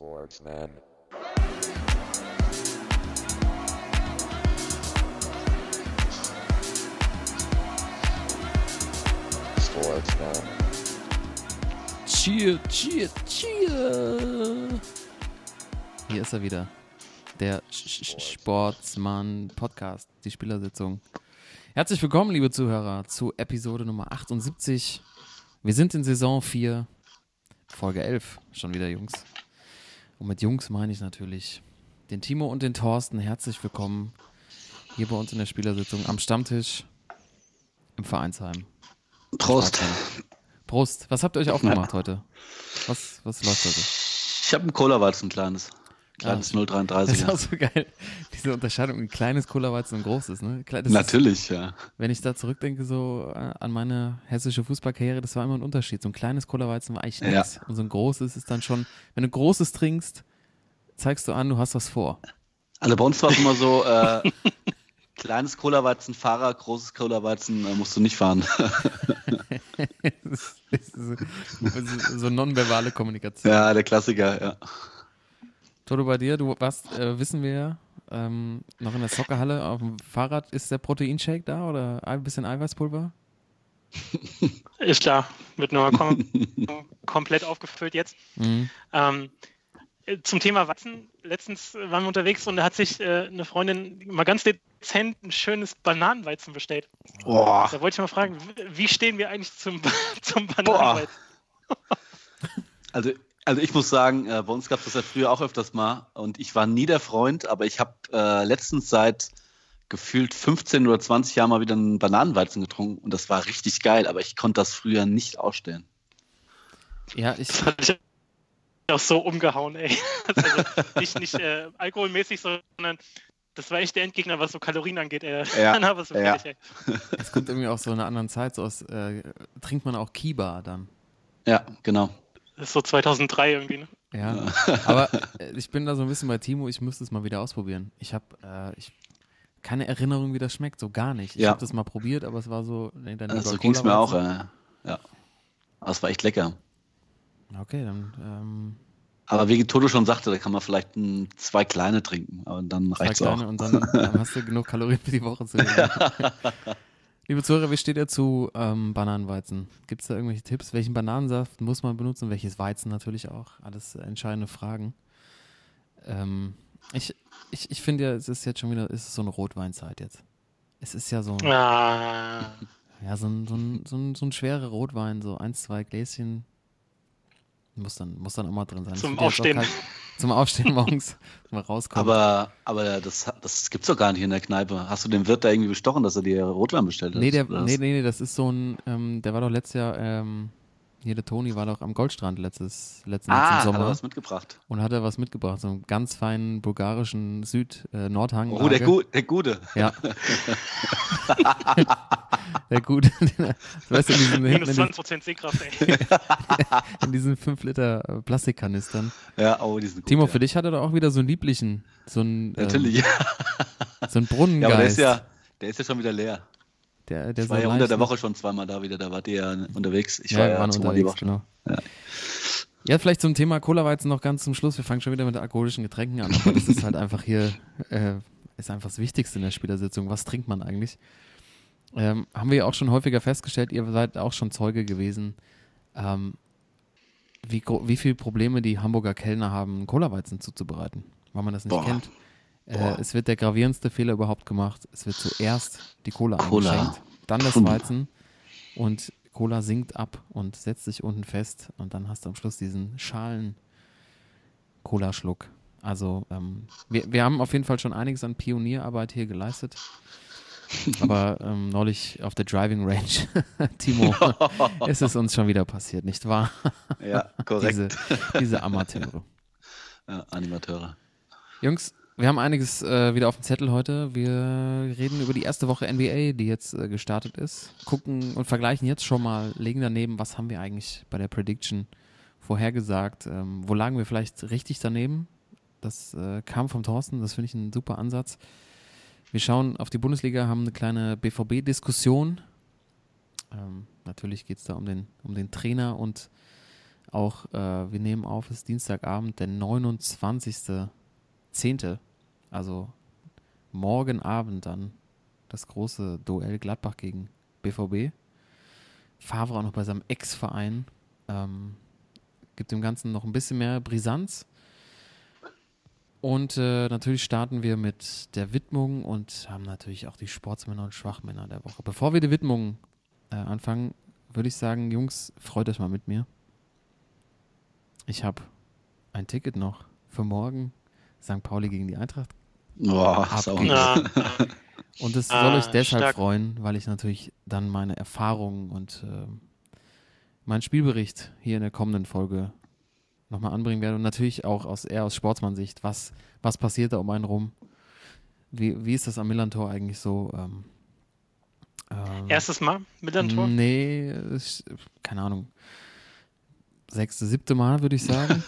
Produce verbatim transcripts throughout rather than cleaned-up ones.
Sportsman. Sportsman. Cheer, cheer, cheer. Hier ist er wieder. Der Sportsman-Podcast, die Spielersitzung. Herzlich willkommen, liebe Zuhörer, zu Episode Nummer achtundsiebzig. Wir sind in Saison vier, Folge elf, schon wieder Jungs. Und mit Jungs meine ich natürlich den Timo und den Thorsten. Herzlich willkommen hier bei uns in der Spielersitzung am Stammtisch im Vereinsheim. Prost. Prost. Was habt ihr euch aufgemacht ja. heute? Was, was läuft heute? Ich habe ein Cola-Weizen, ein kleines. Kleines Ah, null Komma dreiunddreißig. Das ist auch so geil, diese Unterscheidung, ein kleines Cola-Weizen und ein großes, ne? Das Natürlich, ist, ja. Wenn ich da zurückdenke, so äh, an meine hessische Fußballkarriere, das war immer ein Unterschied. So ein kleines Cola-Weizen war eigentlich nichts. Ja. Und so ein großes ist dann schon, wenn du großes trinkst, zeigst du an, du hast was vor. Also bei uns war es immer so, äh, kleines Cola-Weizen Fahrer, großes Cola-Weizen äh, musst du nicht fahren. das ist, das ist so, so nonverbale Kommunikation. Ja, der Klassiker, ja. Toto, bei dir, du warst, äh, wissen wir ja, ähm, noch in der Soccerhalle auf dem Fahrrad. Ist der Proteinshake da oder ein bisschen Eiweißpulver? Ist klar, wird nochmal kom- komplett aufgefüllt jetzt. Mhm. Ähm, zum Thema Weizen, letztens waren wir unterwegs und da hat sich äh, eine Freundin mal ganz dezent ein schönes Bananenweizen bestellt. Boah. Da wollte ich mal fragen, wie stehen wir eigentlich zum, zum Bananenweizen? Also Also ich muss sagen, äh, bei uns gab es das ja früher auch öfters mal und ich war nie der Freund, aber ich habe äh, letztens seit gefühlt fünfzehn oder zwanzig Jahren mal wieder einen Bananenweizen getrunken und das war richtig geil, aber ich konnte das früher nicht ausstellen. Ja, ich... Das hat mich auch so umgehauen, ey. Also nicht, nicht äh, alkoholmäßig, sondern das war echt der Endgegner, was so Kalorien angeht, ey. Ja, Dann war so ja. fertig, ey. Es kommt irgendwie aus so einer anderen Zeit, so aus, äh, trinkt man auch Kiba dann. Ja, genau. Das ist so zweitausenddrei irgendwie, ne? Ja, aber äh, ich bin da so ein bisschen bei Timo, ich müsste es mal wieder ausprobieren. Ich habe äh, ich, keine Erinnerung, wie das schmeckt, so gar nicht. Ich Ja. habe das mal probiert, aber es war so... Nee, dann Also lieber so ging es mir auch. Cola-Weizen. Äh, ja, aber es war echt lecker. Okay, dann ähm, Aber wie Toto schon sagte, da kann man vielleicht ein, zwei kleine trinken, aber dann zwei reicht's auch. kleine und dann, dann hast du genug Kalorien für die Woche zu nehmen. Liebe Zuhörer, wie steht ihr zu ähm, Bananenweizen? Gibt es da irgendwelche Tipps? Welchen Bananensaft muss man benutzen? Welches Weizen natürlich auch? Alles entscheidende Fragen. Ähm, ich ich, ich finde ja, es ist jetzt schon wieder, es ist so eine Rotweinzeit jetzt. Es ist ja so, Ah, ja, so ein, so ein, so ein, so ein schwerer Rotwein, so eins, zwei Gläschen. Muss dann, muss dann immer drin sein. Zum Es wird jetzt auch Aufstehen. kalt. Zum Aufstehen morgens, mal rauskommen. Aber, aber das, das gibt's doch gar nicht in der Kneipe. Hast du den Wirt da irgendwie bestochen, dass er dir Rotwein bestellt hat? Nee, der, oder was? nee, nee, nee, das ist so ein, ähm, der war doch letztes Jahr, ähm, hier der Toni war doch am Goldstrand letztes, letzten, Ah, letzten hat er Sommer was mitgebracht. und hat er was mitgebracht, so einen ganz feinen bulgarischen Süd-Nordhang. Oh, der, Gu der Gute. Ja. Der Gute. Du weißt, in diesen, minus in diesen, zwanzig Prozent Sehkraft, ey. in diesen fünf Liter äh, Plastikkanistern. Ja, oh, die sind gut. Timo, ja. für dich hat er doch auch wieder so einen lieblichen, so einen, Natürlich. ähm, so einen Brunnengeist. Ja, aber der ist ja, der ist ja schon wieder leer. der, der Ich war so ja leicht, unter der ne? Woche schon zweimal da wieder, da wart ihr ja unterwegs. Ich Ja, war wir ja waren zweimal die unterwegs, Woche. genau. Ja. Ja, vielleicht zum Thema Cola-Weizen noch ganz zum Schluss. Wir fangen schon wieder mit alkoholischen Getränken an, aber das ist halt einfach hier, äh, ist einfach das Wichtigste in der Spielersitzung. Was trinkt man eigentlich? Ähm, haben wir ja auch schon häufiger festgestellt, ihr seid auch schon Zeuge gewesen, ähm, wie, gro- wie viele Probleme die Hamburger Kellner haben, einen Cola-Weizen zuzubereiten, weil man das nicht Boah. kennt. Äh, Boah. es wird der gravierendste Fehler überhaupt gemacht. Es wird zuerst die Cola, Cola. eingeschenkt, dann das Puh. Weizen und Cola sinkt ab und setzt sich unten fest und dann hast du am Schluss diesen schalen Cola-Schluck. Also ähm, wir, wir haben auf jeden Fall schon einiges an Pionierarbeit hier geleistet. Aber ähm, neulich auf der Driving Range, Timo, ist es uns schon wieder passiert, nicht wahr? Ja, korrekt. diese, diese Amateure. Ja, Animateure. Jungs, wir haben einiges äh, wieder auf dem Zettel heute. Wir reden über die erste Woche N B A, die jetzt äh, gestartet ist. Gucken und vergleichen jetzt schon mal, legen daneben, was haben wir eigentlich bei der Prediction vorhergesagt. Ähm, wo lagen wir vielleicht richtig daneben? Das äh, kam vom Thorsten, das finde ich ein super Ansatz. Wir schauen auf die Bundesliga, haben eine kleine B V B-Diskussion. Ähm, natürlich geht es da um den, um den Trainer und auch, äh, wir nehmen auf, es ist Dienstagabend, der neunundzwanzigster zehnte Also morgen Abend dann das große Duell Gladbach gegen B V B. Favre auch noch bei seinem Ex-Verein. Ähm, gibt dem Ganzen noch ein bisschen mehr Brisanz. Und äh, natürlich starten wir mit der Widmung und haben natürlich auch die Sportsmänner und Schwachmänner der Woche. Bevor wir die Widmung äh, anfangen, würde ich sagen, Jungs, freut euch mal mit mir. Ich habe ein Ticket noch für morgen. Sankt Pauli gegen die Eintracht. Boah, sau. Na, Und es Ah, soll euch deshalb stark. freuen, weil ich natürlich dann meine Erfahrungen und äh, meinen Spielbericht hier in der kommenden Folge nochmal anbringen werde. Und natürlich auch aus, eher aus Sportsmann-Sicht, was, was passiert da um einen rum? Wie, wie ist das am Millantor eigentlich so? Ähm, ähm, erstes Mal mit einem Tor? Nee, ist, keine Ahnung. Sechste, siebte Mal, würde ich sagen.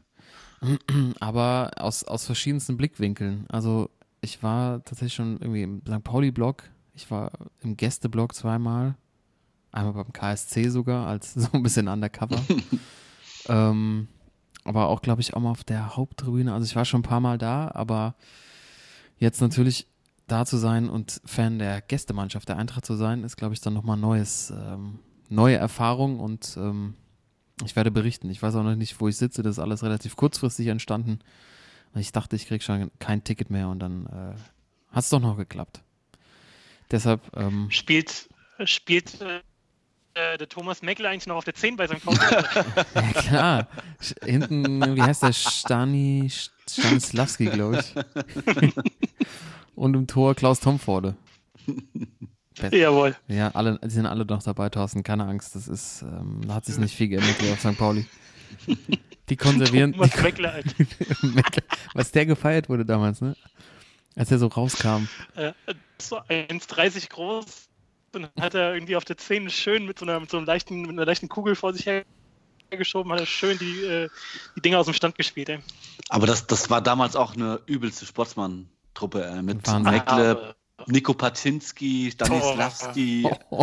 Aber aus, aus verschiedensten Blickwinkeln. Also ich war tatsächlich schon irgendwie im Sankt Pauli-Blog. Ich war im Gäste-Blog zweimal. Einmal beim K S C sogar, als so ein bisschen undercover. ähm, aber auch, glaube ich, auch mal auf der Haupttribüne. Also ich war schon ein paar Mal da, aber jetzt natürlich da zu sein und Fan der Gästemannschaft der Eintracht zu sein, ist, glaube ich, dann nochmal neues, ähm, neue Erfahrung und ähm, ich werde berichten. Ich weiß auch noch nicht, wo ich sitze. Das ist alles relativ kurzfristig entstanden. Ich dachte, ich kriege schon kein Ticket mehr und dann äh, hat es doch noch geklappt. Deshalb, ähm, Spielt, spielt äh, der Thomas Meckle eigentlich noch auf der zehn bei Sankt Pauli? ja klar, Sch- hinten, wie heißt der, Stani, Stanislavski, glaube ich. Und im Tor Klaus Tomforde. Best- Jawohl. Ja, alle, die sind alle noch dabei, Thorsten, keine Angst. Das ist, ähm, da hat sich nicht viel geändert hier auf Sankt Pauli. Die konservieren, Thomas die, Meckle, Alter. was der gefeiert wurde damals, ne? Als er so rauskam. Äh, so eins dreißig groß und dann hat er irgendwie auf der zehn schön mit so einer, mit so einem leichten, mit einer leichten Kugel vor sich hergeschoben, hat er schön die, äh, die Dinger aus dem Stand gespielt, ey. Aber das, das war damals auch eine übelste Sportsmann-Truppe äh, mit Wahnsinn. Meckle, Nico Paczynski, Stanislavski. Oh.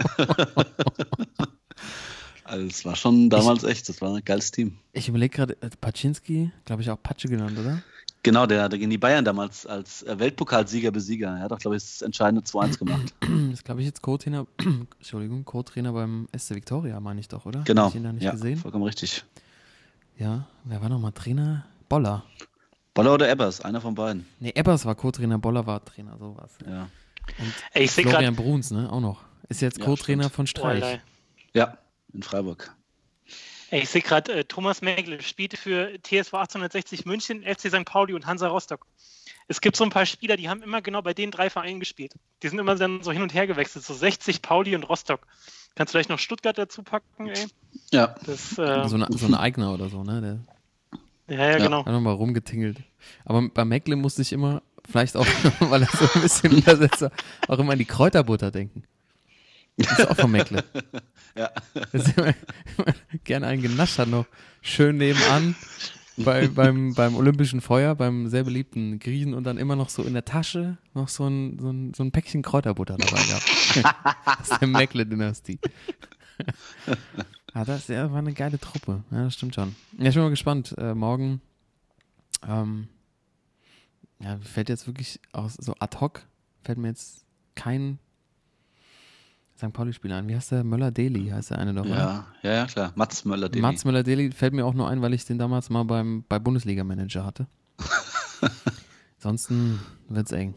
Also es war schon damals echt, das war ein geiles Team. Ich überlege gerade, äh, Paczynski, glaube ich auch Patsche genannt, oder? Genau, der, der gegen die Bayern damals als äh, Weltpokalsieger Besieger. Er hat auch, glaube ich, das entscheidende zwei eins gemacht. Das ist, glaube ich, jetzt Co-Trainer, Entschuldigung, Co-Trainer beim S C Viktoria, meine ich doch, oder? Genau, Hab ich ihn da nicht ja, gesehen? vollkommen richtig. Ja, wer war nochmal Trainer? Boller. Boller oder Ebbers, einer von beiden. Nee, Ebbers war Co-Trainer, Boller war Trainer, sowas. Ja, Und Ey, ich sehe Florian gerade. Bruns, ne, auch noch. Ist jetzt Ja, Co-Trainer stimmt. von Streich. ja in Freiburg. Ey, ich sehe gerade, äh, Thomas Meckle spielte für T S V achtzehnhundertsechzig München, F C Sankt Pauli und Hansa Rostock. Es gibt so ein paar Spieler, die haben immer genau bei den drei Vereinen gespielt. Die sind immer dann so hin und her gewechselt, so sechzig, Pauli und Rostock. Kannst du vielleicht noch Stuttgart dazu packen, ey? Ja, Das, äh, So, eine, so ein Eigner oder so, ne? Der ja, ja, Ja. genau. hat nochmal rumgetingelt. Aber bei Meckle musste ich immer, vielleicht auch, weil er so ein bisschen übersetzt war, auch immer an die Kräuterbutter denken. Das ist auch von Meckle. ja. Das ist immer, immer gerne einen genascht hat noch. Schön nebenan bei, beim, beim Olympischen Feuer, beim sehr beliebten Griechen und dann immer noch so in der Tasche noch so ein, so ein, so ein Päckchen Kräuterbutter dabei gehabt. Aus der Meckle-Dynastie. Ah, das ja, war eine geile Truppe. Ja, das stimmt schon. Ja, ich bin mal gespannt. Äh, morgen ähm, ja, fällt jetzt wirklich aus, so ad hoc, fällt mir jetzt kein Sankt Pauli-Spieler ein. Wie heißt der? Möller-Deli heißt der eine doch, oder? Ja, ja, ja, klar. Mats Möller. Mats Möller-Deli fällt mir auch nur ein, weil ich den damals mal beim bei Bundesliga-Manager hatte. Ansonsten wird's eng.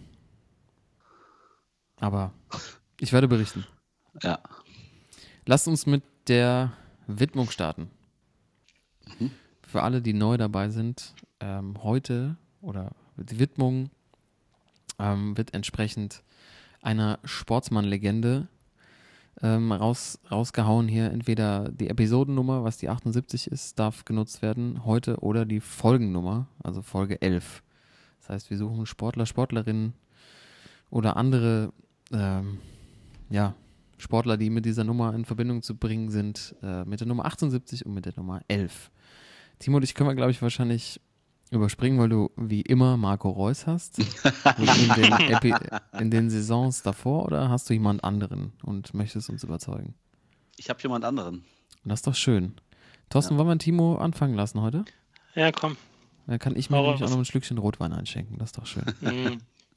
Aber ich werde berichten. Ja. Lasst uns mit der Widmung starten. Mhm. Für alle, die neu dabei sind, ähm, heute oder die Widmung ähm, wird entsprechend einer Sportsmann-Legende ähm, raus, rausgehauen hier. Entweder die Episodennummer, was die achtundsiebzig ist, darf genutzt werden heute oder die Folgennummer, also Folge elf. Das heißt, wir suchen Sportler, Sportlerinnen oder andere ähm, ja, Sportler, die mit dieser Nummer in Verbindung zu bringen sind, äh, mit der Nummer achtundsiebzig und mit der Nummer elf. Timo, dich können wir, glaube ich, wahrscheinlich überspringen, weil du wie immer Marco Reus hast. in, den Epi- in den Saisons davor oder hast du jemand anderen und möchtest uns überzeugen? Ich habe jemand anderen. Und das ist doch schön. Thorsten, Ja. wollen wir Timo anfangen lassen heute? Ja, komm. Dann kann ich mir Hau nämlich auch raus. noch ein Schlückchen Rotwein einschenken. Das ist doch schön. Mhm.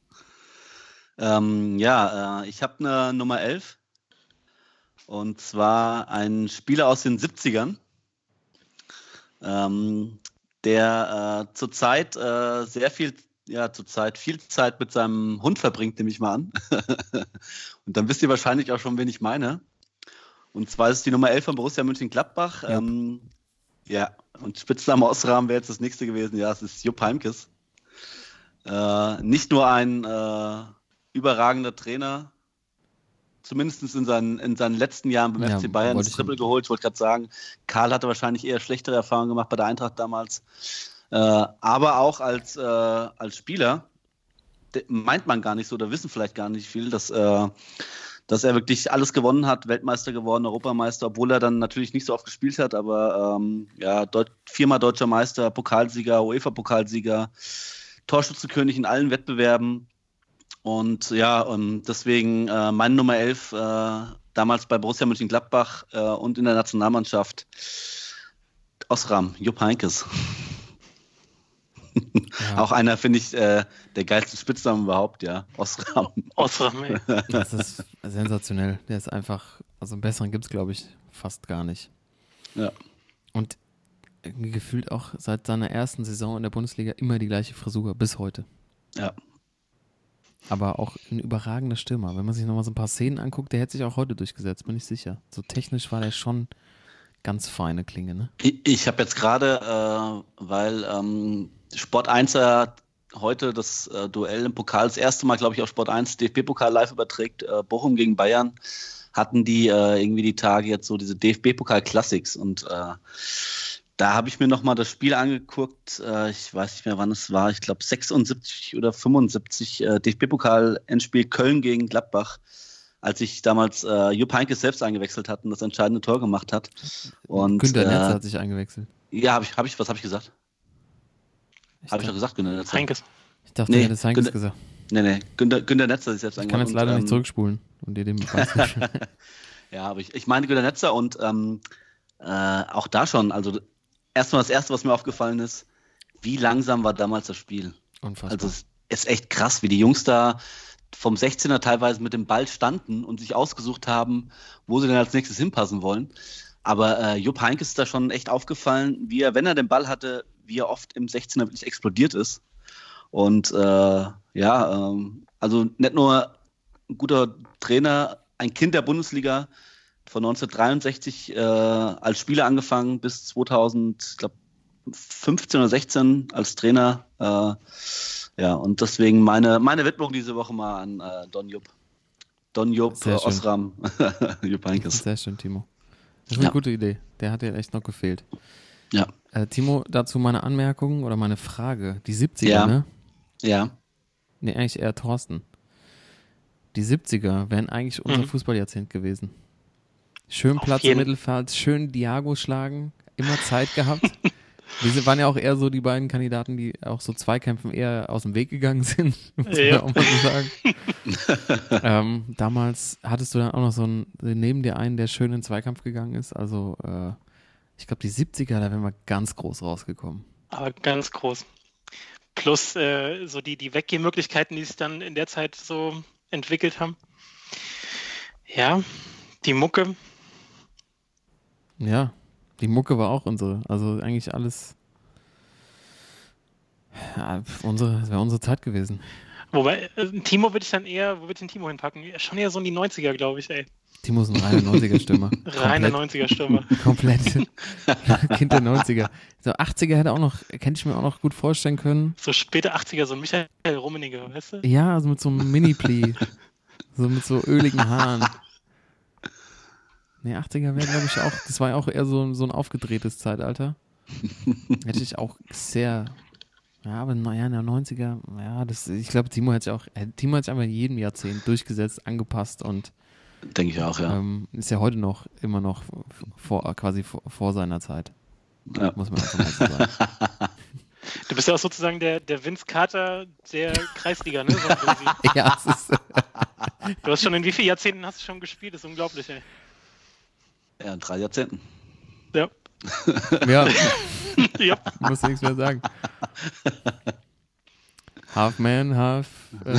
Ähm, ja, äh, ich habe eine Nummer elf. Und zwar ein Spieler aus den siebzigern, ähm, der äh, zurzeit äh, sehr viel, ja, zurzeit viel Zeit mit seinem Hund verbringt, nehme ich mal an. Und dann wisst ihr wahrscheinlich auch schon, wen ich meine. Und zwar ist es die Nummer elf von Borussia Mönchengladbach. Ja. Ähm, ja, und Spitzname Osram wäre jetzt das nächste gewesen. Ja, es ist Jupp Heynckes. Äh, nicht nur ein äh, überragender Trainer, zumindest in seinen, in seinen letzten Jahren beim Ja, F C Bayern wollte das ich- Triple geholt. Ich wollte gerade sagen, Karl hatte wahrscheinlich eher schlechtere Erfahrungen gemacht bei der Eintracht damals. Äh, aber auch als, äh, als Spieler de- meint man gar nicht so oder wissen vielleicht gar nicht viel, dass, äh, dass er wirklich alles gewonnen hat, Weltmeister geworden, Europameister, obwohl er dann natürlich nicht so oft gespielt hat, aber ähm, ja, Deut- viermal deutscher Meister, Pokalsieger, UEFA-Pokalsieger, Torschützenkönig in allen Wettbewerben. Und ja, und deswegen äh, meine Nummer elf, äh, damals bei Borussia Mönchengladbach äh, und in der Nationalmannschaft, Osram, Jupp Heynckes. Ja. Auch einer, finde ich, äh, der geilste Spitznamen überhaupt, ja, Osram. Osram, ey. Das ist sensationell. Der ist einfach, also einen besseren gibt es, glaube ich, fast gar nicht. Ja. Und irgendwie gefühlt auch seit seiner ersten Saison in der Bundesliga immer die gleiche Frisur, bis heute. Ja. Aber auch ein überragender Stürmer. Wenn man sich nochmal so ein paar Szenen anguckt, der hätte sich auch heute durchgesetzt, bin ich sicher. So technisch war der schon ganz feine Klinge, ne? Ich, ich habe jetzt gerade, äh, weil ähm, Sport eins ja heute das äh, Duell im Pokal das erste Mal, glaube ich, auf Sport eins D F B-Pokal live überträgt, äh, Bochum gegen Bayern, hatten die äh, irgendwie die Tage jetzt so diese D F B-Pokal-Classics und äh, da habe ich mir nochmal das Spiel angeguckt, äh, ich weiß nicht mehr, wann es war, ich glaube sechsundsiebzig oder fünfundsiebzig, äh, D F B-Pokal-Endspiel Köln gegen Gladbach, als ich damals äh, Jupp Heynckes selbst eingewechselt hat und das entscheidende Tor gemacht hat. Und, Günter äh, Netzer hat sich eingewechselt. Ja, habe ich, hab ich, was habe ich gesagt? Ich, Habe ich dachte, doch gesagt, Günter Netzer. Heynckes. ich dachte, Nee, du hättest Heinkes Günter- gesagt. Nee, nee, Günter, Günter Netzer ist selbst Ich kann jetzt leider und, nicht ähm, zurückspulen und dir den Beweis nicht. Ja, aber ich, ich meine Günter Netzer und ähm, äh, auch da schon, also erstmal das Erste, was mir aufgefallen ist, wie langsam war damals das Spiel. Unfassbar. Also es ist echt krass, wie die Jungs da vom sechzehner teilweise mit dem Ball standen und sich ausgesucht haben, wo sie denn als nächstes hinpassen wollen. Aber äh, Jupp Heynckes ist da schon echt aufgefallen, wie er, wenn er den Ball hatte, wie er oft im sechzehner wirklich explodiert ist. Und äh, ja, ähm, also nicht nur ein guter Trainer, ein Kind der Bundesliga, von neunzehnhundertdreiundsechzig äh, als Spieler angefangen bis zweitausendfünfzehn oder sechzehn als Trainer. Äh, ja, und deswegen meine, meine Widmung diese Woche mal an äh, Don Jupp. Don Jupp, äh, Sehr schön. Osram, Jupp Heynckes. Sehr schön, Timo. Das ist eine Ja. gute Idee. Der hat dir echt noch gefehlt. Ja, Äh, Timo, dazu meine Anmerkung oder meine Frage. Die siebziger, Ja. ne? ja, Nee, eigentlich eher Thorsten. Die siebziger wären eigentlich unser Mhm. Fußballjahrzehnt gewesen. Schön Auf Platz im jeden. Mittelfeld, schön Diago schlagen, immer Zeit gehabt. Wir waren ja auch eher so die beiden Kandidaten, die auch so Zweikämpfen eher aus dem Weg gegangen sind, muss man Ja. auch mal so sagen. ähm, damals hattest du dann auch noch so einen, neben dir einen, der schön in den Zweikampf gegangen ist. Also äh, ich glaube, die siebziger, da wären wir ganz groß rausgekommen. Aber ganz groß. Plus äh, so die, die Weggehmöglichkeiten, die sich dann in der Zeit so entwickelt haben. Ja, die Mucke. Ja, die Mucke war auch unsere. Also eigentlich alles. Ja, unsere, das wäre unsere Zeit gewesen. Wobei, äh, Timo würde ich dann eher, wo würde ich den Timo hinpacken? Schon eher so in die neunziger, glaube ich, ey. Timo ist ein reiner neunziger-Stürmer. Reiner Komplett. neunziger-Stürmer. Komplett. Kind der neunziger. So achtziger hätte auch noch, hätte ich mir auch noch gut vorstellen können. So späte achtziger, so Michael Rummenigge, weißt du? Ja, also mit so einem Mini-Pli. So mit so öligen Haaren. Nee, achtziger wäre, glaube ich, auch, das war ja auch eher so, so ein aufgedrehtes Zeitalter. Hätte ich auch sehr, ja, aber naja, in der neunziger, ja, das, ich glaube, Timo hat sich auch, äh, Timo hat sich einfach in jedem Jahrzehnt durchgesetzt, angepasst und denke ich auch, ja. ähm, ist ja heute noch, immer noch vor, quasi vor, vor seiner Zeit. Ja. Muss man einfach mal so sagen. Du bist ja auch sozusagen der, der Vince Carter der Kreisliga, ne? So ein bisschen. Ja, es ist, Du hast schon in wie vielen Jahrzehnten hast du schon gespielt? Das ist unglaublich, ey. Ja, in drei Jahrzehnten. Ja. Ja, Ja. muss nichts mehr sagen. Half man, half. Äh,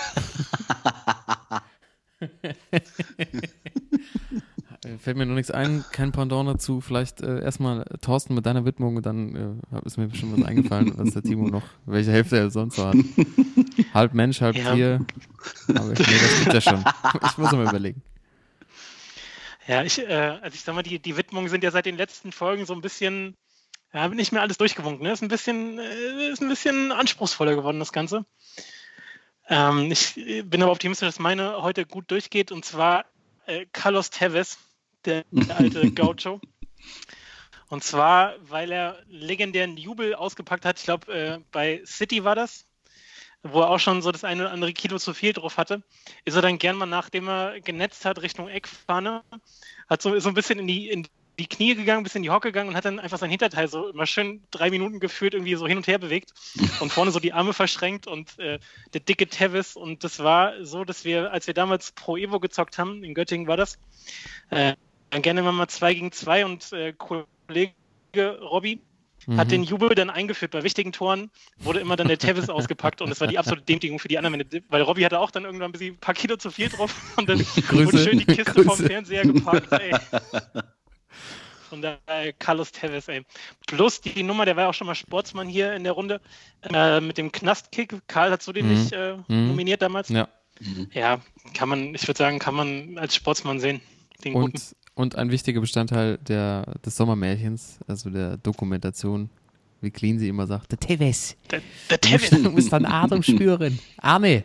fällt mir nur nichts ein, kein Pendant dazu. Vielleicht äh, erstmal Thorsten mit deiner Widmung und dann äh, ist mir bestimmt was eingefallen, was der Timo noch, welche Hälfte er sonst so hat. Halb Mensch, halb Ja. Tier. Aber ich, nee, das gibt ja schon. Ich muss mal überlegen. Ja, ich, äh, also ich sag mal, die, die Widmungen sind ja seit den letzten Folgen so ein bisschen, ja, nicht mehr alles durchgewunken, ne? Ist ein bisschen, äh, ist ein bisschen anspruchsvoller geworden, das Ganze. Ähm, ich äh, bin aber optimistisch, dass meine heute gut durchgeht, und zwar äh, Carlos Tevez, der, der alte Gaucho. Und zwar, weil er legendären Jubel ausgepackt hat, ich glaube, äh, bei City war das, wo er auch schon so das eine oder andere Kilo zu viel drauf hatte, ist er dann gern mal, nachdem er genetzt hat, Richtung Eckfahne, hat so, so ein bisschen in die, in die Knie gegangen, ein bisschen in die Hocke gegangen und hat dann einfach sein Hinterteil so immer schön drei Minuten gefühlt irgendwie so hin und her bewegt und vorne so die Arme verschränkt und äh, der dicke Tevez. Und das war so, dass wir, als wir damals Pro Evo gezockt haben, in Göttingen war das, äh, dann gerne mal zwei gegen zwei und äh, Kollege Robby hat Mhm. den Jubel dann eingeführt. Bei wichtigen Toren wurde immer dann der Tevez ausgepackt und es war die absolute Demütigung für die anderen, weil Robby hatte auch dann irgendwann ein bisschen ein paar Kilo zu viel drauf und dann Grüße. wurde schön die Kiste Grüße. vom Fernseher geparkt. Ey. Von daher Carlos Tevez, ey. Plus die Nummer, der war ja auch schon mal Sportsmann hier in der Runde, äh, mit dem Knastkick. Karl, hast du den Mhm. nicht äh, Mhm. nominiert damals? Ja. Ja, kann man, ich würde sagen, kann man als Sportsmann sehen. Den guten. Und, und ein wichtiger Bestandteil der, des Sommermärchens, also der Dokumentation, wie Clean sie immer sagt, der Tevez. Der, der Du musst, Tevez. du musst deinen Atem spüren. Arme.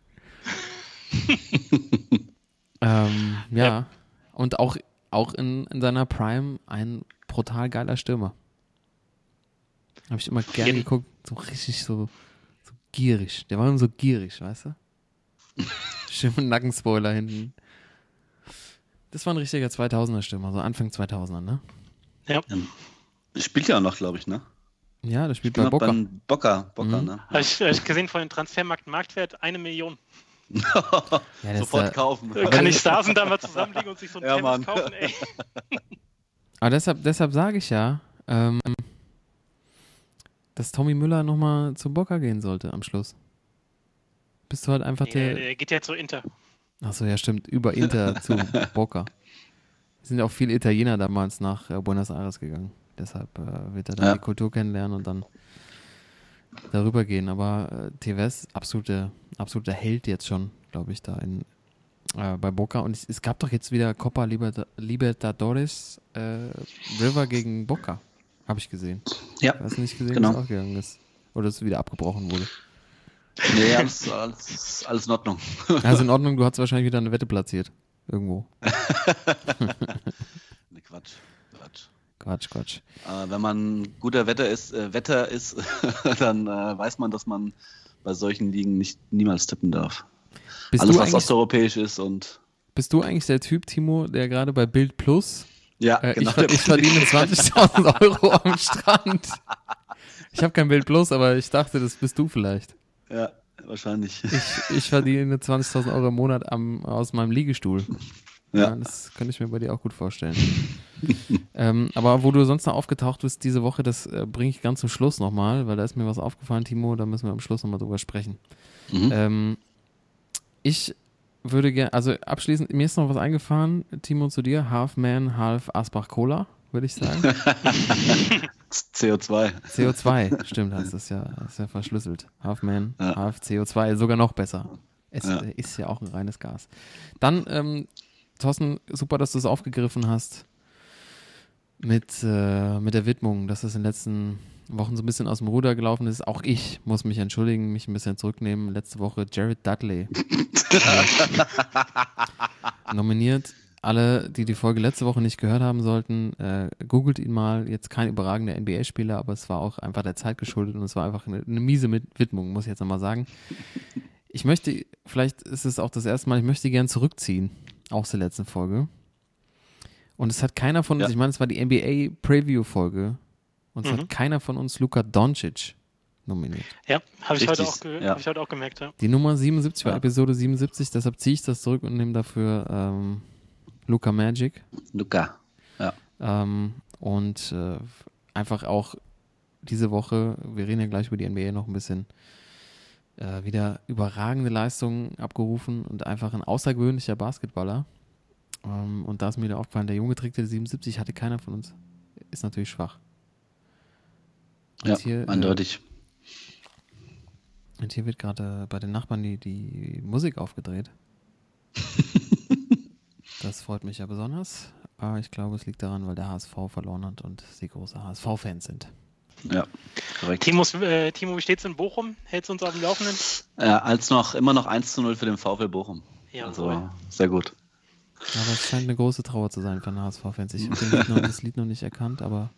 ähm, ja. Ja. Und auch, auch in, in seiner Prime ein brutal geiler Stürmer. Habe ich immer gerne jeden- geguckt. So richtig so, so gierig. Der war immer so gierig, weißt du? Schön mit Nackenspoiler hinten. Das war ein richtiger zweitausender-Stürmer, so Anfang zweitausender, ne? Ja. Spielt ja auch noch, glaube ich, ne? Ja, der spielt bei Genau, Boca. beim Boca, Boca, Mhm. ne? Habe ich, hab ich gesehen von den Transfermarkt Marktwert eine Million. Ja, der ist Sofort der, kaufen. Äh, Kann ich Starsen da mal zusammenlegen und sich so ein Ja, Tevez Mann. kaufen? Ey. aber deshalb, deshalb sage ich ja, ähm, dass Tommy Müller nochmal zu Boca gehen sollte am Schluss. Bist du halt einfach Der, der. der geht ja zu Inter. Achso, ja, stimmt. Über Inter zu Boca. Es sind ja auch viele Italiener damals nach äh, Buenos Aires gegangen. Deshalb äh, wird er dann Ja. die Kultur kennenlernen und dann darüber gehen. Aber äh, Tevez, absolute, absoluter Held jetzt schon, glaube ich, da in, äh, bei Boca. Und es, es gab doch jetzt wieder Copa Liberta- Libertadores äh, River gegen Boca. Habe ich gesehen. Ja, Ich weiß nicht gesehen, genau. wie es ausgegangen ist. Oder es wieder abgebrochen wurde. nee, alles, alles, alles in Ordnung. Also in Ordnung, du hast wahrscheinlich wieder eine Wette platziert. Irgendwo. Nee, Quatsch. Quatsch. Quatsch, Quatsch. Äh, wenn man guter Wetter ist, äh, Wetter ist, dann äh, weiß man, dass man bei solchen Ligen nicht niemals tippen darf. Bist, Alles, du was eigentlich, osteuropäisch ist und bist du eigentlich der Typ, Timo, der gerade bei Bild Plus, ja, äh, genau. ich, ver- ich verdiene zwanzigtausend Euro am Strand. Ich habe kein Bild Plus, aber ich dachte, das bist du vielleicht. Ja, wahrscheinlich. Ich, ich verdiene zwanzigtausend Euro im Monat am, aus meinem Liegestuhl. Ja. Ja. Das könnte ich mir bei dir auch gut vorstellen. ähm, aber wo du sonst noch aufgetaucht bist diese Woche, das äh, bringe ich ganz zum Schluss nochmal, weil da ist mir was aufgefallen, Timo, da müssen wir am Schluss nochmal drüber sprechen. Mhm. Ähm, ich würde gerne, also abschließend, mir ist noch was eingefahren, Timo, zu dir, Half Man, Half Asbach Cola, würde ich sagen. C O zwei. C O zwei, stimmt, das ist ja, das ist ja verschlüsselt. Half Man, Ja. Half C O zwei, sogar noch besser. Es Ja. äh, ist ja auch ein reines Gas. Dann, ähm, Thorsten, super, dass du es aufgegriffen hast mit, äh, mit der Widmung, dass das in den letzten Wochen so ein bisschen aus dem Ruder gelaufen ist. Auch ich muss mich entschuldigen, mich ein bisschen zurücknehmen. Letzte Woche Jared Dudley nominiert. Alle, die die Folge letzte Woche nicht gehört haben sollten, äh, googelt ihn mal. Jetzt kein überragender N B A-Spieler, aber es war auch einfach der Zeit geschuldet und es war einfach eine, eine miese Mit- Widmung, muss ich jetzt nochmal sagen. Ich möchte, vielleicht ist es auch das erste Mal, ich möchte gern zurückziehen aus der letzten Folge. Und es hat keiner von uns, Ja. ich meine, es war die N B A-Preview-Folge und es Mhm. hat keiner von uns Luka Doncic nominiert. Ja, habe ich, heute Richtig, auch ge- ja. hab ich heute auch gemerkt. Ja. Die Nummer siebenundsiebzig war Ja. Episode siebenundsiebzig, deshalb ziehe ich das zurück und nehme dafür ähm, Luka Magic. Luca. Ähm, und äh, einfach auch diese Woche, wir reden ja gleich über die N B A noch ein bisschen, äh, wieder überragende Leistungen abgerufen und einfach ein außergewöhnlicher Basketballer. Ähm, und da ist mir wieder aufgefallen, der Junge trägt der siebenundsiebzig, hatte keiner von uns. Ist natürlich schwach. Und Ja, hier, eindeutig. Äh, und hier wird gerade bei den Nachbarn die, die Musik aufgedreht. Das freut mich ja besonders. Aber ich glaube, es liegt daran, weil der H S V verloren hat und sie große H S V-Fans sind. Ja, korrekt. Timos, äh, Timo, wie steht's in Bochum? Hältst du uns auf dem Laufenden? Äh, als noch, immer noch eins zu null für den VfL Bochum. Ja, also, sehr gut. Aber es scheint eine große Trauer zu sein für den H S V-Fans. Ich habe Lied noch, das Lied noch nicht erkannt, aber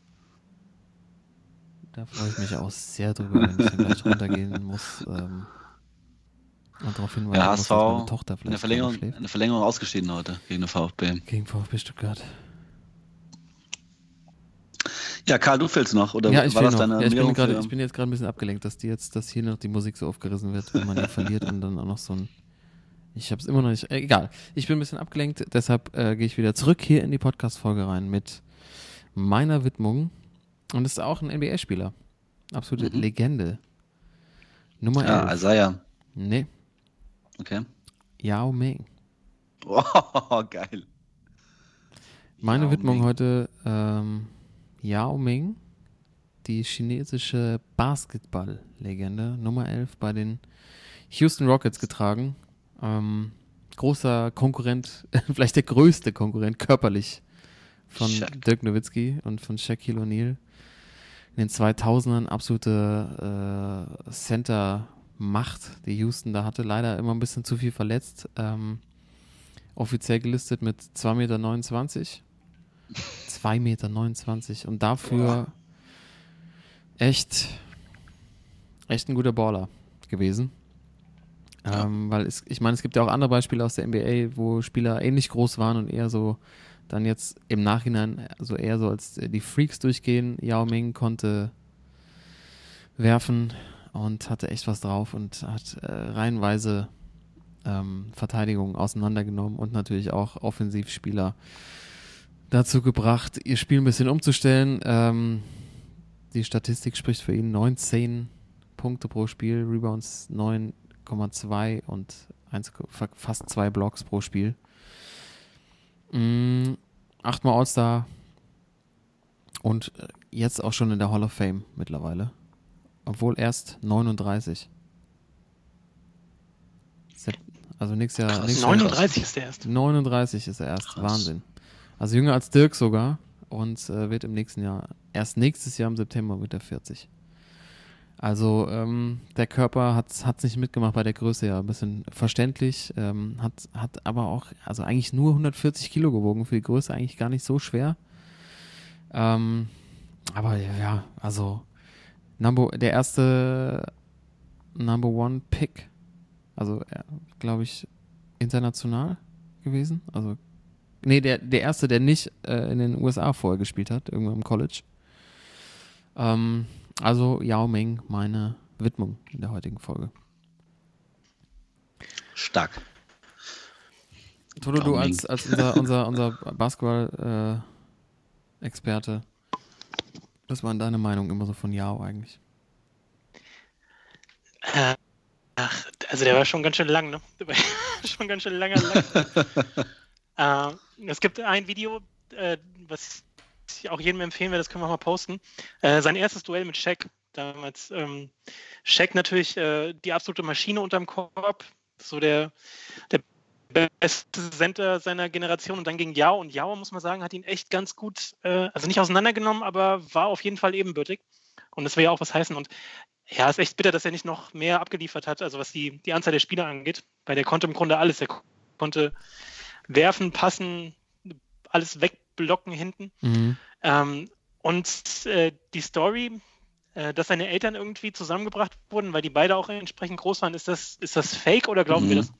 da freue ich mich auch sehr drüber, wenn ich dann gleich runtergehen muss ähm, und darauf hinweisen Ja, muss, dass meine H S V Tochter in der vielleicht Verlängerung, schläft. in der Verlängerung ausgeschieden heute gegen den VfB. Gegen VfB Stuttgart. Ja, Karl, du fehlst noch, oder Ja, ich, war fehl das noch. deine Ja, ich, bin Ernährung grade, für- ich bin jetzt gerade ein bisschen abgelenkt, dass die jetzt, dass hier noch die Musik so aufgerissen wird, wenn man die verliert und dann auch noch so ein. Ich habe es immer noch nicht. Äh, egal. Ich bin ein bisschen abgelenkt, deshalb äh, gehe ich wieder zurück hier in die Podcast-Folge rein mit meiner Widmung. Und es ist auch ein N B A-Spieler. Absolute Mhm. Legende. Nummer Ja, elf. Isaiah. Nee, Okay. Yao Ming. Oh, geil. Meine Yao Widmung Ming. heute ähm, Yao Ming, die chinesische Basketball-Legende, Nummer elf bei den Houston Rockets getragen. Ähm, großer Konkurrent, vielleicht der größte Konkurrent körperlich von Shaq. Dirk Nowitzki und von Shaquille O'Neal. In den zweitausendern absolute äh, Center-Macht, die Houston da hatte. Leider immer ein bisschen zu viel verletzt. Ähm, offiziell gelistet mit zwei Meter neunundzwanzig. zwei Meter neunundzwanzig. Und dafür echt, echt ein guter Baller gewesen. Ja. Ähm, weil es, ich meine, es gibt ja auch andere Beispiele aus der N B A, wo Spieler ähnlich groß waren und eher so dann jetzt im Nachhinein so eher so als die Freaks durchgehen. Yao Ming konnte werfen und hatte echt was drauf und hat äh, reihenweise ähm, Verteidigung auseinandergenommen und natürlich auch Offensivspieler dazu gebracht, ihr Spiel ein bisschen umzustellen. Ähm, die Statistik spricht für ihn: neunzehn Punkte pro Spiel, Rebounds neun Komma zwei und eins, fast zwei Blocks pro Spiel. Mm, achtmal All-Star und jetzt auch schon in der Hall of Fame mittlerweile. Obwohl erst neununddreißig. Also nächstes Jahr. Krass. Nächstes Jahr neununddreißig ist der erst. neununddreißig ist er erst. Krass. Wahnsinn. Also jünger als Dirk sogar und äh, wird im nächsten Jahr, erst nächstes Jahr im September wird er vierzig. Also ähm, der Körper hat es nicht mitgemacht bei der Größe, ja, ein bisschen verständlich, ähm, hat, hat aber auch, also eigentlich nur hundertvierzig Kilo gewogen, für die Größe eigentlich gar nicht so schwer. Ähm, aber ja, also Number, der erste Number One Pick, also glaube ich international gewesen, also nee, der, der erste, der nicht äh, in den U S A vorher gespielt hat, irgendwo im College. Ähm, also Yao Ming, meine Widmung in der heutigen Folge. Stark. Toto, Yao du Ming. als, als unser, unser, unser Basketball-Experte, was war denn deine Meinung immer so von Yao eigentlich? Äh, ach, also der war schon ganz schön lang, ne? Der war schon ganz schön langer lang. äh, es gibt ein Video, äh, was ich auch jedem empfehlen werde, das können wir mal posten. Äh, sein erstes Duell mit Shaq. Damals ähm, Shaq natürlich äh, die absolute Maschine unterm Korb. So der, der beste Center seiner Generation. Und dann gegen Yao. Und Yao, muss man sagen, hat ihn echt ganz gut, äh, also nicht auseinandergenommen, aber war auf jeden Fall ebenbürtig. Und das will ja auch was heißen. Und ja, ist echt bitter, dass er nicht noch mehr abgeliefert hat, also was die, die Anzahl der Spieler angeht. Weil der konnte im Grunde alles. Er konnte werfen, passen, alles wegblocken hinten. Mhm. Ähm, und äh, die Story, äh, dass seine Eltern irgendwie zusammengebracht wurden, weil die beide auch entsprechend groß waren, ist das, ist das fake oder glauben Mhm. wir das?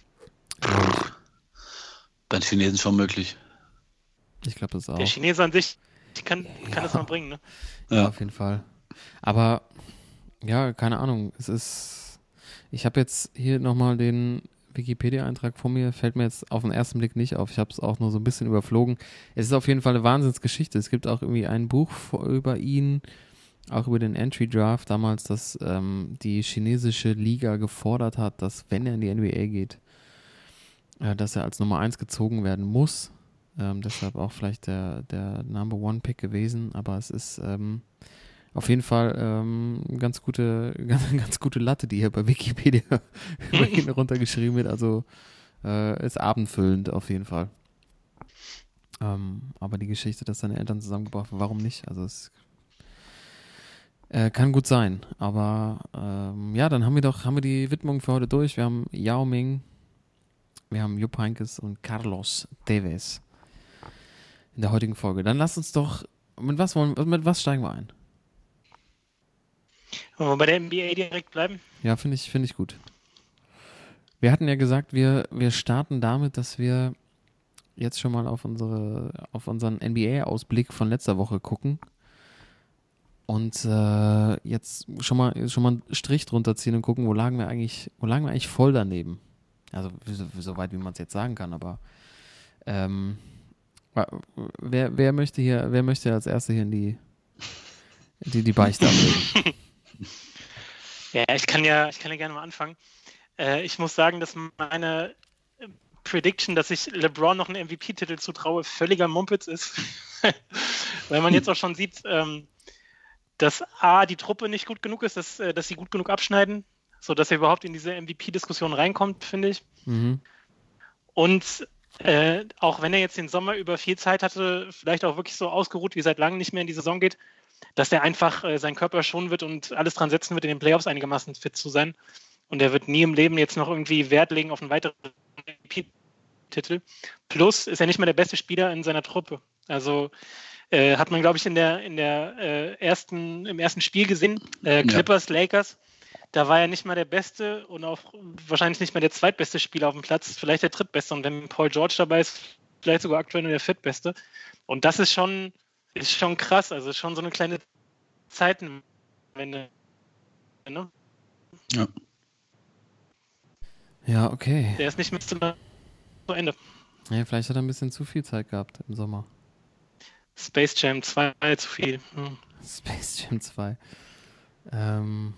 Bei den Chinesen schon möglich. Ich glaube das auch. Der Chinese an sich die kann, kann Ja. das mal bringen, ne? Ja, Ja. auf jeden Fall. Aber ja, keine Ahnung. Es ist. Ich habe jetzt hier nochmal den Wikipedia-Eintrag vor mir, fällt mir jetzt auf den ersten Blick nicht auf. Ich habe es auch nur so ein bisschen überflogen. Es ist auf jeden Fall eine Wahnsinnsgeschichte. Es gibt auch irgendwie ein Buch vor, über ihn, auch über den Entry-Draft damals, dass ähm, die chinesische Liga gefordert hat, dass, wenn er in die N B A geht, äh, dass er als Nummer eins gezogen werden muss. Ähm, deshalb auch vielleicht der, der Number One Pick gewesen. Aber es ist ähm, auf jeden Fall ähm, ganz gute, ganz, ganz gute Latte, die hier bei Wikipedia über ihn runtergeschrieben wird. Also äh, ist abendfüllend auf jeden Fall. Ähm, aber die Geschichte, dass seine Eltern zusammengebracht wurden, warum nicht? Also es äh, kann gut sein. Aber ähm, ja, dann haben wir doch haben wir die Widmung für heute durch. Wir haben Yao Ming, wir haben Jupp Heynckes und Carlos Tevez in der heutigen Folge. Dann lasst uns doch, mit was wollen, mit was steigen wir ein? Wollen wir bei der N B A direkt bleiben? Ja, finde ich, finde ich gut. Wir hatten ja gesagt, wir, wir starten damit, dass wir jetzt schon mal auf unsere, auf unseren N B A-Ausblick von letzter Woche gucken und äh, jetzt schon mal, schon mal einen Strich drunter ziehen und gucken, wo lagen wir eigentlich, wo lagen wir eigentlich voll daneben. Also so, so weit, wie man es jetzt sagen kann, aber ähm, wer, wer möchte hier, wer möchte als Erster hier in die, die, die Beichte ablegen? Ja, ich kann ja, ich kann ja gerne mal anfangen. Äh, ich muss sagen, dass meine Prediction, dass ich LeBron noch einen M V P-Titel zutraue, völliger Mumpitz ist. Weil man jetzt auch schon sieht, ähm, dass A, die Truppe nicht gut genug ist, dass, äh, dass sie gut genug abschneiden, sodass er überhaupt in diese M V P-Diskussion reinkommt, finde ich. Mhm. Und äh, auch wenn er jetzt den Sommer über viel Zeit hatte, vielleicht auch wirklich so ausgeruht, wie seit langem nicht mehr in die Saison geht, dass der einfach äh, seinen Körper schonen wird und alles dran setzen wird, in den Playoffs einigermaßen fit zu sein. Und er wird nie im Leben jetzt noch irgendwie Wert legen auf einen weiteren M V P-Titel. Plus ist er nicht mehr der beste Spieler in seiner Truppe. Also äh, hat man, glaube ich, in der, in der äh, ersten, im ersten Spiel gesehen, äh, Clippers, ja. Lakers, da war er nicht mal der beste und auch wahrscheinlich nicht mal der zweitbeste Spieler auf dem Platz, vielleicht der drittbeste. Und wenn Paul George dabei ist, vielleicht sogar aktuell nur der viertbeste. Und das ist schon Ist schon krass, also schon so eine kleine Zeitenwende. Ne? Ja. Ja, okay. Der ist nicht mehr zu Ende. Ja, vielleicht hat er ein bisschen zu viel Zeit gehabt im Sommer. Space Jam zwei zu viel. Hm. Space Jam zwei. Ähm,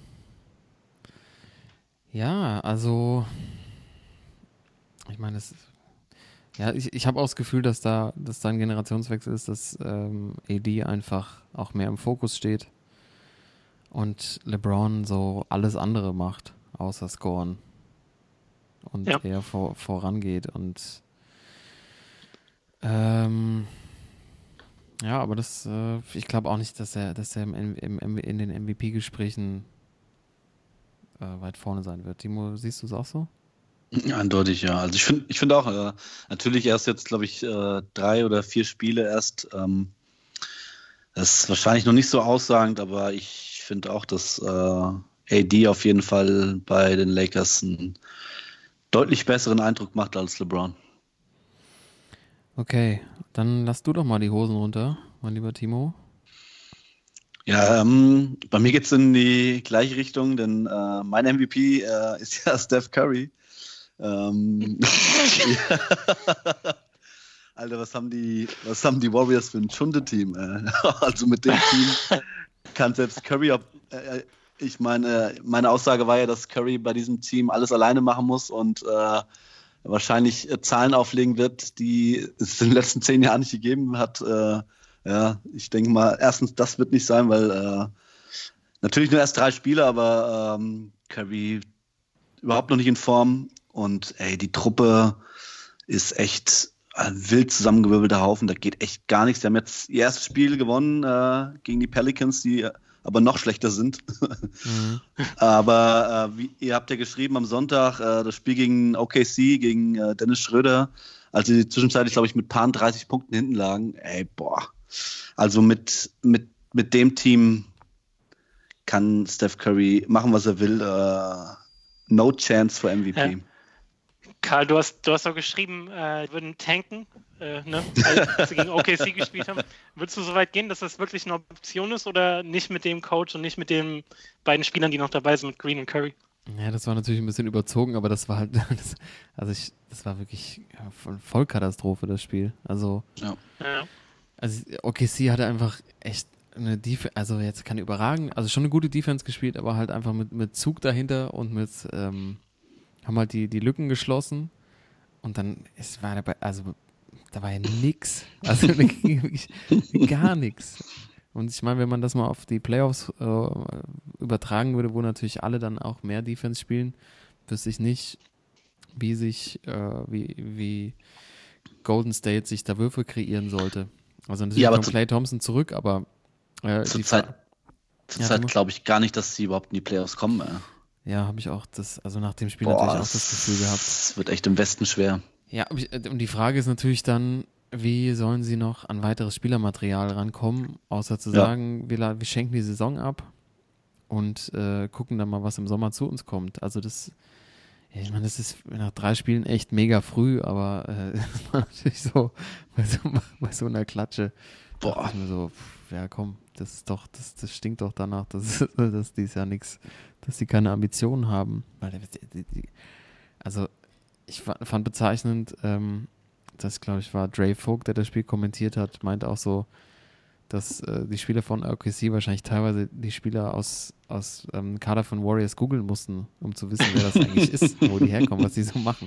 ja, also ich meine, es Ja, ich, ich habe auch das Gefühl, dass da, dass da ein Generationswechsel ist, dass ähm, A D einfach auch mehr im Fokus steht und LeBron so alles andere macht, außer scoren und ja. eher vor, vorangeht und ähm, ja, aber das, äh, ich glaube auch nicht, dass er, dass er im, im, im, in den M V P-Gesprächen äh, weit vorne sein wird. Timo, siehst du es auch so? Eindeutig, ja. Also ich finde ich finde auch, äh, natürlich erst jetzt, glaube ich, äh, drei oder vier Spiele erst. Ähm, das ist wahrscheinlich noch nicht so aussagend, aber ich finde auch, dass äh, A D auf jeden Fall bei den Lakers einen deutlich besseren Eindruck macht als LeBron. Okay, dann lass du doch mal die Hosen runter, mein lieber Timo. Ja, ähm, bei mir geht es in die gleiche Richtung, denn äh, mein M V P äh, ist ja Steph Curry. Ähm, ja. Alter, was haben die, was haben die Warriors für ein Schundeteam? Äh? Also mit dem Team kann selbst Curry, äh, ich meine, meine Aussage war ja, dass Curry bei diesem Team alles alleine machen muss und äh, wahrscheinlich äh, Zahlen auflegen wird, die es in den letzten zehn Jahren nicht gegeben hat. Äh, ja, ich denke mal, erstens, das wird nicht sein, weil äh, natürlich nur erst drei Spiele, aber ähm, Curry überhaupt noch nicht in Form. Und ey, die Truppe ist echt ein wild zusammengewirbelter Haufen. Da geht echt gar nichts. Die haben jetzt ihr erstes Spiel gewonnen äh, gegen die Pelicans, die aber noch schlechter sind. Mhm. Aber äh, wie, ihr habt ja geschrieben am Sonntag, äh, das Spiel gegen O K C, gegen äh, Dennis Schröder, als sie zwischenzeitlich, glaube ich, mit paar dreißig Punkten hinten lagen. Ey, boah. Also mit, mit, mit dem Team kann Steph Curry machen, was er will. Äh, no chance for M V P. Ja. Karl, du hast, du hast doch geschrieben, äh, die würden tanken, äh, ne? als sie gegen O K C gespielt haben. Würdest du so weit gehen, dass das wirklich eine Option ist oder nicht mit dem Coach und nicht mit den beiden Spielern, die noch dabei sind, mit Green und Curry? Ja, das war natürlich ein bisschen überzogen, aber das war halt, das, also ich, das war wirklich ja, voll- Vollkatastrophe, das Spiel. Also, Ja. Ja. also O K C hatte einfach echt eine Defense, also jetzt keine überragend, also schon eine gute Defense gespielt, aber halt einfach mit, mit Zug dahinter und mit, ähm, haben halt die, die Lücken geschlossen und dann, es war dabei, also da war ja nix, also wirklich gar nichts. Und ich meine, wenn man das mal auf die Playoffs äh, übertragen würde, wo natürlich alle dann auch mehr Defense spielen, wüsste ich nicht, wie sich, äh, wie, wie Golden State sich da Würfe kreieren sollte. Also natürlich Ja, aber kommt zu- Klay Thompson zurück, aber äh, die Zurzeit, Fra- zurzeit Ja, glaube ich gar nicht, dass sie überhaupt in die Playoffs kommen. Äh. ja, habe ich auch das, also nach dem Spiel Boah, natürlich auch das Gefühl gehabt. es wird echt im Westen schwer. Ja, aber ich- und die Frage ist natürlich dann, wie sollen sie noch an weiteres Spielermaterial rankommen, außer zu Ja. sagen, wir, la- wir schenken die Saison ab und äh, gucken dann mal, was im Sommer zu uns kommt. Also das, ja, ich meine, das ist nach drei Spielen echt mega früh, aber äh, das war natürlich so bei, so bei so einer Klatsche. Boah. dachte ich mir so, pff, ja komm, das ist doch, das, das stinkt doch danach, dass, dass die ja nichts, dass die keine Ambitionen haben. Weil die, die, also ich fa- fand bezeichnend, ähm, das glaube ich war Dre Vogt, der das Spiel kommentiert hat, meinte auch so, dass äh, die Spieler von O K C wahrscheinlich teilweise die Spieler aus, aus ähm, Kader von Warriors googeln mussten, um zu wissen, wer das eigentlich ist, wo die herkommen, was die so machen.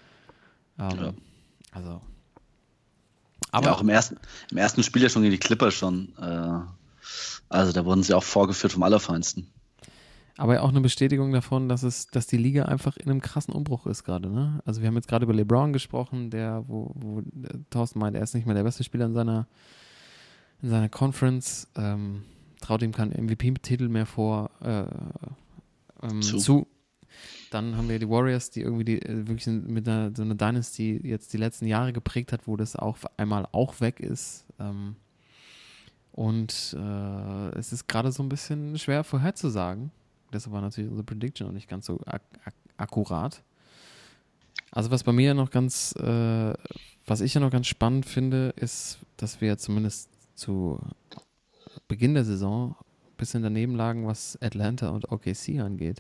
Ähm, Ja. Also. Aber ja, auch im ersten, im ersten Spiel ja schon gegen die Clippers schon. Äh, also da wurden sie auch vorgeführt vom Allerfeinsten. Aber auch eine Bestätigung davon, dass es, dass die Liga einfach in einem krassen Umbruch ist gerade, ne? Also wir haben jetzt gerade über LeBron gesprochen, der, wo, wo der Thorsten meint, er ist nicht mehr der beste Spieler in seiner, in seiner Conference, ähm, traut ihm keinen M V P-Titel mehr vor äh, ähm, Zu. zu. Dann haben wir die Warriors, die irgendwie die, äh, wirklich mit einer, so einer Dynasty jetzt die letzten Jahre geprägt hat, wo das auch einmal auch weg ist. Ähm, und äh, es ist gerade so ein bisschen schwer vorherzusagen. Deshalb war natürlich unsere Prediction auch nicht ganz so ak ak akkurat. Also was bei mir noch ganz, äh, was ich ja noch ganz spannend finde, ist, dass wir zumindest zu Beginn der Saison ein bisschen daneben lagen, was Atlanta und O K C angeht.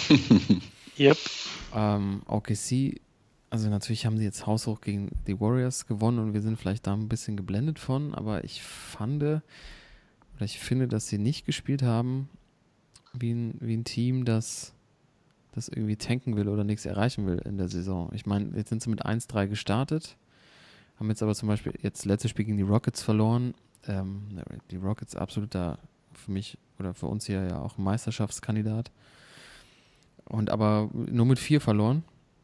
Yep. Ähm, O K C, also natürlich haben sie jetzt haushoch gegen die Warriors gewonnen und wir sind vielleicht da ein bisschen geblendet von, aber ich fand, oder ich finde, dass sie nicht gespielt haben wie ein, wie ein Team, das, das irgendwie tanken will oder nichts erreichen will in der Saison. Ich meine, jetzt sind sie mit eins drei gestartet, haben jetzt aber zum Beispiel jetzt letztes Spiel gegen die Rockets verloren. Ähm, die Rockets absoluter für mich oder für uns hier ja auch ein Meisterschaftskandidat. Und aber nur mit vier verloren.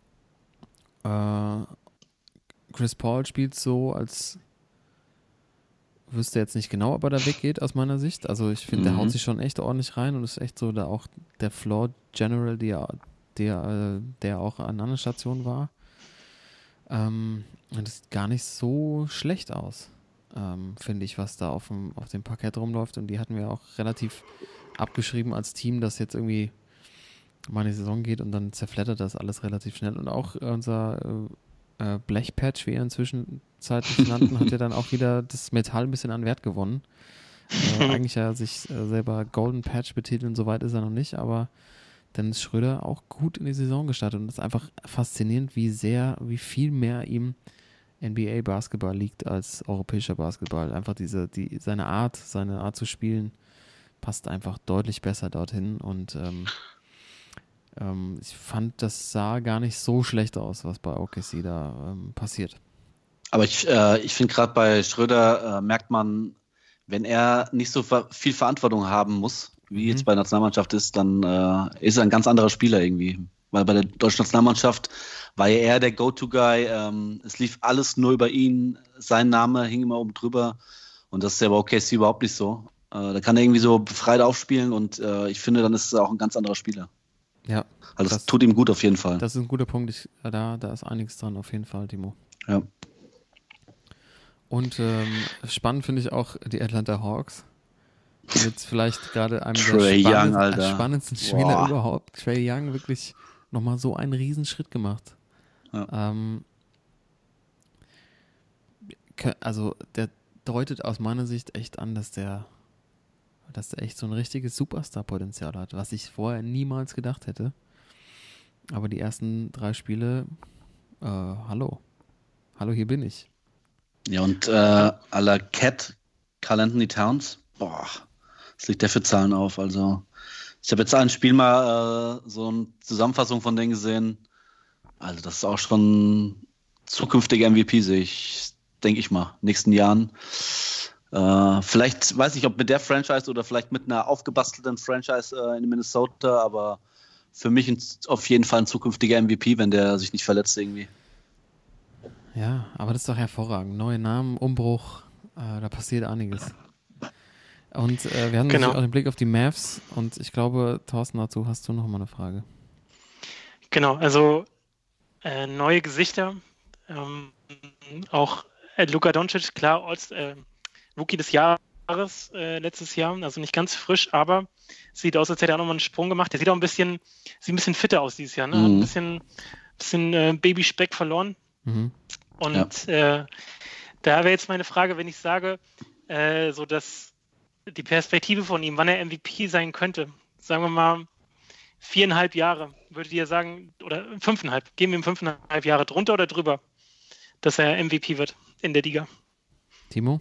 Äh, Chris Paul spielt so, als wüsste jetzt nicht genau, ob er da weggeht aus meiner Sicht. Also ich finde, der Mhm. haut sich schon echt ordentlich rein und ist echt so da auch der Floor General, der, der, der auch an anderen Stationen war. Ähm, und das sieht gar nicht so schlecht aus, ähm, finde ich, was da auf dem, auf dem Parkett rumläuft. Und die hatten wir auch relativ abgeschrieben als Team, das jetzt irgendwie mal in die Saison geht und dann zerflettert das alles relativ schnell. Und auch unser äh, Blechpatch, wie er inzwischen zeitlich nannten, hat ja dann auch wieder das Metall ein bisschen an Wert gewonnen. Äh, eigentlich ja sich äh, selber Golden Patch betiteln, soweit ist er noch nicht, aber Dennis Schröder auch gut in die Saison gestartet und es ist einfach faszinierend, wie sehr, wie viel mehr ihm N B A-Basketball liegt als europäischer Basketball. Einfach diese, die, seine Art, seine Art zu spielen passt einfach deutlich besser dorthin und ähm, ähm, ich fand, das sah gar nicht so schlecht aus, was bei O K C da ähm, passiert. Aber ich, äh, ich finde gerade bei Schröder äh, merkt man, wenn er nicht so ver viel Verantwortung haben muss, wie Mhm. jetzt bei der Nationalmannschaft ist, dann äh, ist er ein ganz anderer Spieler irgendwie. Weil bei der deutschen Nationalmannschaft war ja er der Go-To-Guy. Ähm, es lief alles nur über ihn. Sein Name hing immer oben drüber. Und das ist ja bei O K C überhaupt nicht so. Äh, da kann er irgendwie so befreit aufspielen und äh, ich finde, dann ist er auch ein ganz anderer Spieler. Ja, Also das, Das- tut ihm gut auf jeden Fall. das ist ein guter Punkt. Ich, da, da ist einiges dran, auf jeden Fall, Timo. Ja. Und ähm, spannend finde ich auch die Atlanta Hawks. Mit vielleicht gerade einem Trae der Young, spannend, Alter. spannendsten Spieler Boah. überhaupt. Trae Young wirklich nochmal so einen Riesenschritt gemacht. Ja. Ähm, ke- also der deutet aus meiner Sicht echt an, dass der, dass der echt so ein richtiges Superstar-Potenzial hat, was ich vorher niemals gedacht hätte. Aber die ersten drei Spiele, äh, hallo. Hallo, hier bin ich. Ja, und äh, à la Cat, Karl Anthony Towns, boah, was liegt der für Zahlen auf? Also, ich habe jetzt ein Spiel mal äh, so eine Zusammenfassung von denen gesehen. Also, das ist auch schon zukünftiger M V P, sehe ich, denke ich mal, nächsten Jahren. Äh, vielleicht, weiß ich, ob mit der Franchise oder vielleicht mit einer aufgebastelten Franchise äh, in Minnesota, aber für mich ein, auf jeden Fall ein zukünftiger M V P, wenn der sich nicht verletzt irgendwie. Ja, aber das ist doch hervorragend. Neue Namen, Umbruch, äh, da passiert einiges. Und äh, wir haben Genau. natürlich auch den Blick auf die Mavs und ich glaube, Thorsten, dazu hast du noch mal eine Frage. Genau, also äh, neue Gesichter. Ähm, auch äh, Luka Doncic, klar, als äh, Rookie des Jahres äh, letztes Jahr, also nicht ganz frisch, aber sieht aus, als hätte er auch nochmal einen Sprung gemacht. Der sieht auch ein bisschen, sieht ein bisschen fitter aus dieses Jahr, ne? Hat ein Mhm. bisschen, bisschen äh, Babyspeck verloren. Mhm. Und äh, da wäre jetzt meine Frage, wenn ich sage, äh, so dass die Perspektive von ihm, wann er M V P sein könnte, sagen wir mal viereinhalb Jahre, würdet ihr sagen, oder fünfeinhalb, geben wir ihm fünfeinhalb Jahre drunter oder drüber, dass er M V P wird in der Liga? Timo?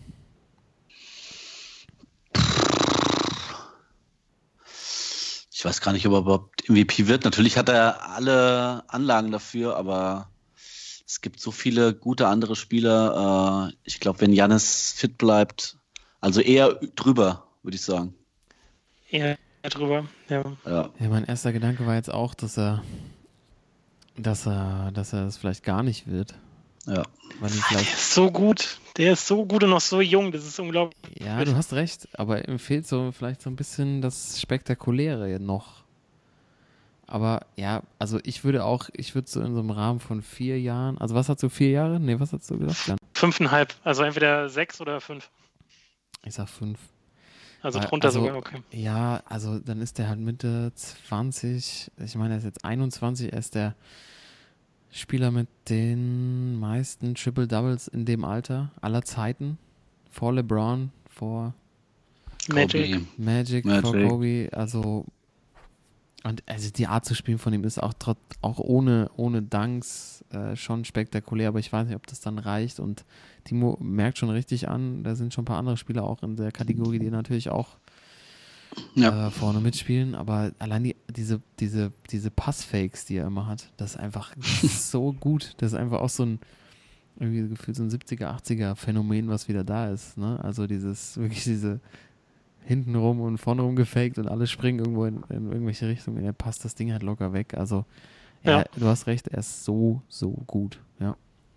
Ich weiß gar nicht, ob er überhaupt M V P wird. Natürlich hat er alle Anlagen dafür, aber es gibt so viele gute andere Spieler. Äh, ich glaube, wenn Giannis fit bleibt, also eher drüber, würde ich sagen. Eher drüber, ja. Ja. Ja, mein erster Gedanke war jetzt auch, dass er, dass er, dass er es vielleicht gar nicht wird. Ja. Weil ihm Der vielleicht, ist so gut, der ist so gut und noch so jung, das ist unglaublich. ja, du hast recht, aber ihm fehlt so vielleicht so ein bisschen das Spektakuläre noch. Aber ja, also ich würde auch, ich würde so in so einem Rahmen von vier Jahren, also was hast du, vier Jahre? Nee, was hast du gesagt? Jan? Fünfeinhalb, also entweder sechs oder fünf. Ich sag fünf. Also Weil- drunter also, sogar, okay. Ja, also dann ist der halt Mitte zwanzig, ich meine, er ist jetzt einundzwanzig, er ist der Spieler mit den meisten Triple-Doubles in dem Alter aller Zeiten. Vor LeBron, vor Magic. Kobe. Magic, Magic. vor Kobe, also und also die Art zu spielen von ihm ist auch trotz, auch ohne, ohne Dunks äh, schon spektakulär, aber ich weiß nicht, ob das dann reicht und Timo merkt schon richtig an, da sind schon ein paar andere Spieler auch in der Kategorie, die natürlich auch Ja. äh, vorne mitspielen, aber allein die, diese, diese, diese Passfakes, die er immer hat, das ist einfach so gut, das ist einfach auch so ein irgendwie gefühlt so ein siebziger, achtziger Phänomen, was wieder da ist, ne? Also dieses, wirklich diese hintenrum und vorne rum gefaked und alle springen irgendwo in, in irgendwelche Richtungen. Er passt das Ding halt locker weg. Also, er, Ja. du hast recht, er ist so, so gut. Ja.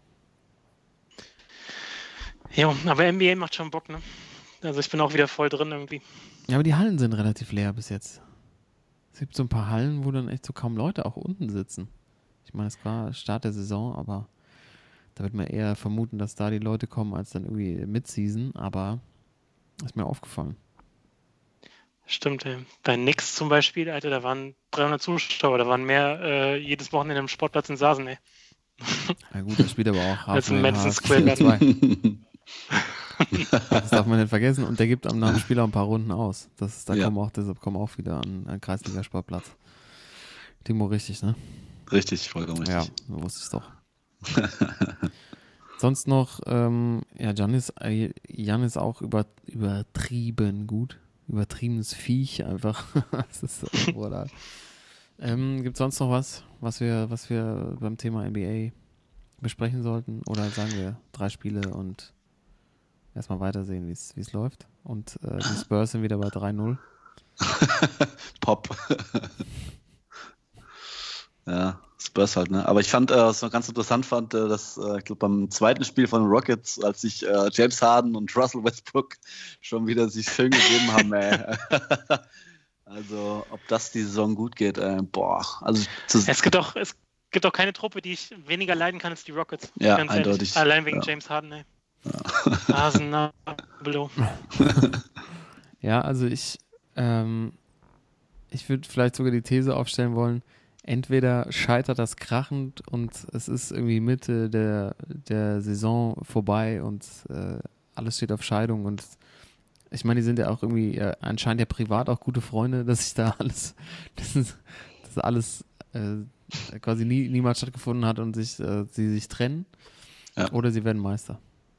Ja, aber N B A macht schon Bock, ne? Also ich bin auch wieder voll drin irgendwie. Ja, aber die Hallen sind relativ leer bis jetzt. Es gibt so ein paar Hallen, wo dann echt so kaum Leute auch unten sitzen. Ich meine, es war Start der Saison, aber da wird man eher vermuten, dass da die Leute kommen, als dann irgendwie Mid-Season. Aber ist mir aufgefallen. Stimmt, ey. Bei Knicks zum Beispiel, Alter, da waren dreihundert Zuschauer, da waren mehr äh, jedes Wochenende am Sportplatz in Sasen, ey. Na gut, das spielt aber auch Als im Halfway Madison Half Square zwei. Das darf man nicht vergessen. Und der gibt am nach dem Spiel auch ein paar Runden aus. Das ist, da Ja. kommen auch, deshalb kommen auch wieder an einen Kreisliga-Sportplatz. Timo, richtig, ne? Richtig, vollkommen richtig. Ja, so wusste ich es doch. Sonst noch, ähm, ja, Giannis, äh, Giannis auch über, übertrieben gut. Übertriebenes Viech einfach. Das ist so brutal. Ähm, gibt es sonst noch was, was wir, was wir beim Thema N B A besprechen sollten? Oder sagen wir drei Spiele und erstmal weitersehen, wie es läuft? Und äh, die Spurs sind wieder bei drei null. Pop. Ja, Spurs halt, ne? Aber ich fand, äh, was ich ganz interessant fand, äh, dass, äh, ich glaube, beim zweiten Spiel von den Rockets, als sich äh, James Harden und Russell Westbrook schon wieder sich schön gegeben haben, ey. Also, ob das die Saison gut geht, äh, boah. Also, zu, Es gibt auch, es gibt auch keine Truppe, die ich weniger leiden kann als die Rockets. Ja, ganz eindeutig. Ehrlich. Allein wegen Ja. James Harden, ey. Arsenal. Ja, also ich, ähm, ich würde vielleicht sogar die These aufstellen wollen, entweder scheitert das krachend und es ist irgendwie Mitte der, der Saison vorbei und äh, alles steht auf Scheidung und ich meine, die sind ja auch irgendwie äh, anscheinend ja privat auch gute Freunde, dass sich da alles, das ist, das alles äh, quasi nie, niemals stattgefunden hat und sich, äh, sie sich trennen. Ja. Oder sie werden Meister.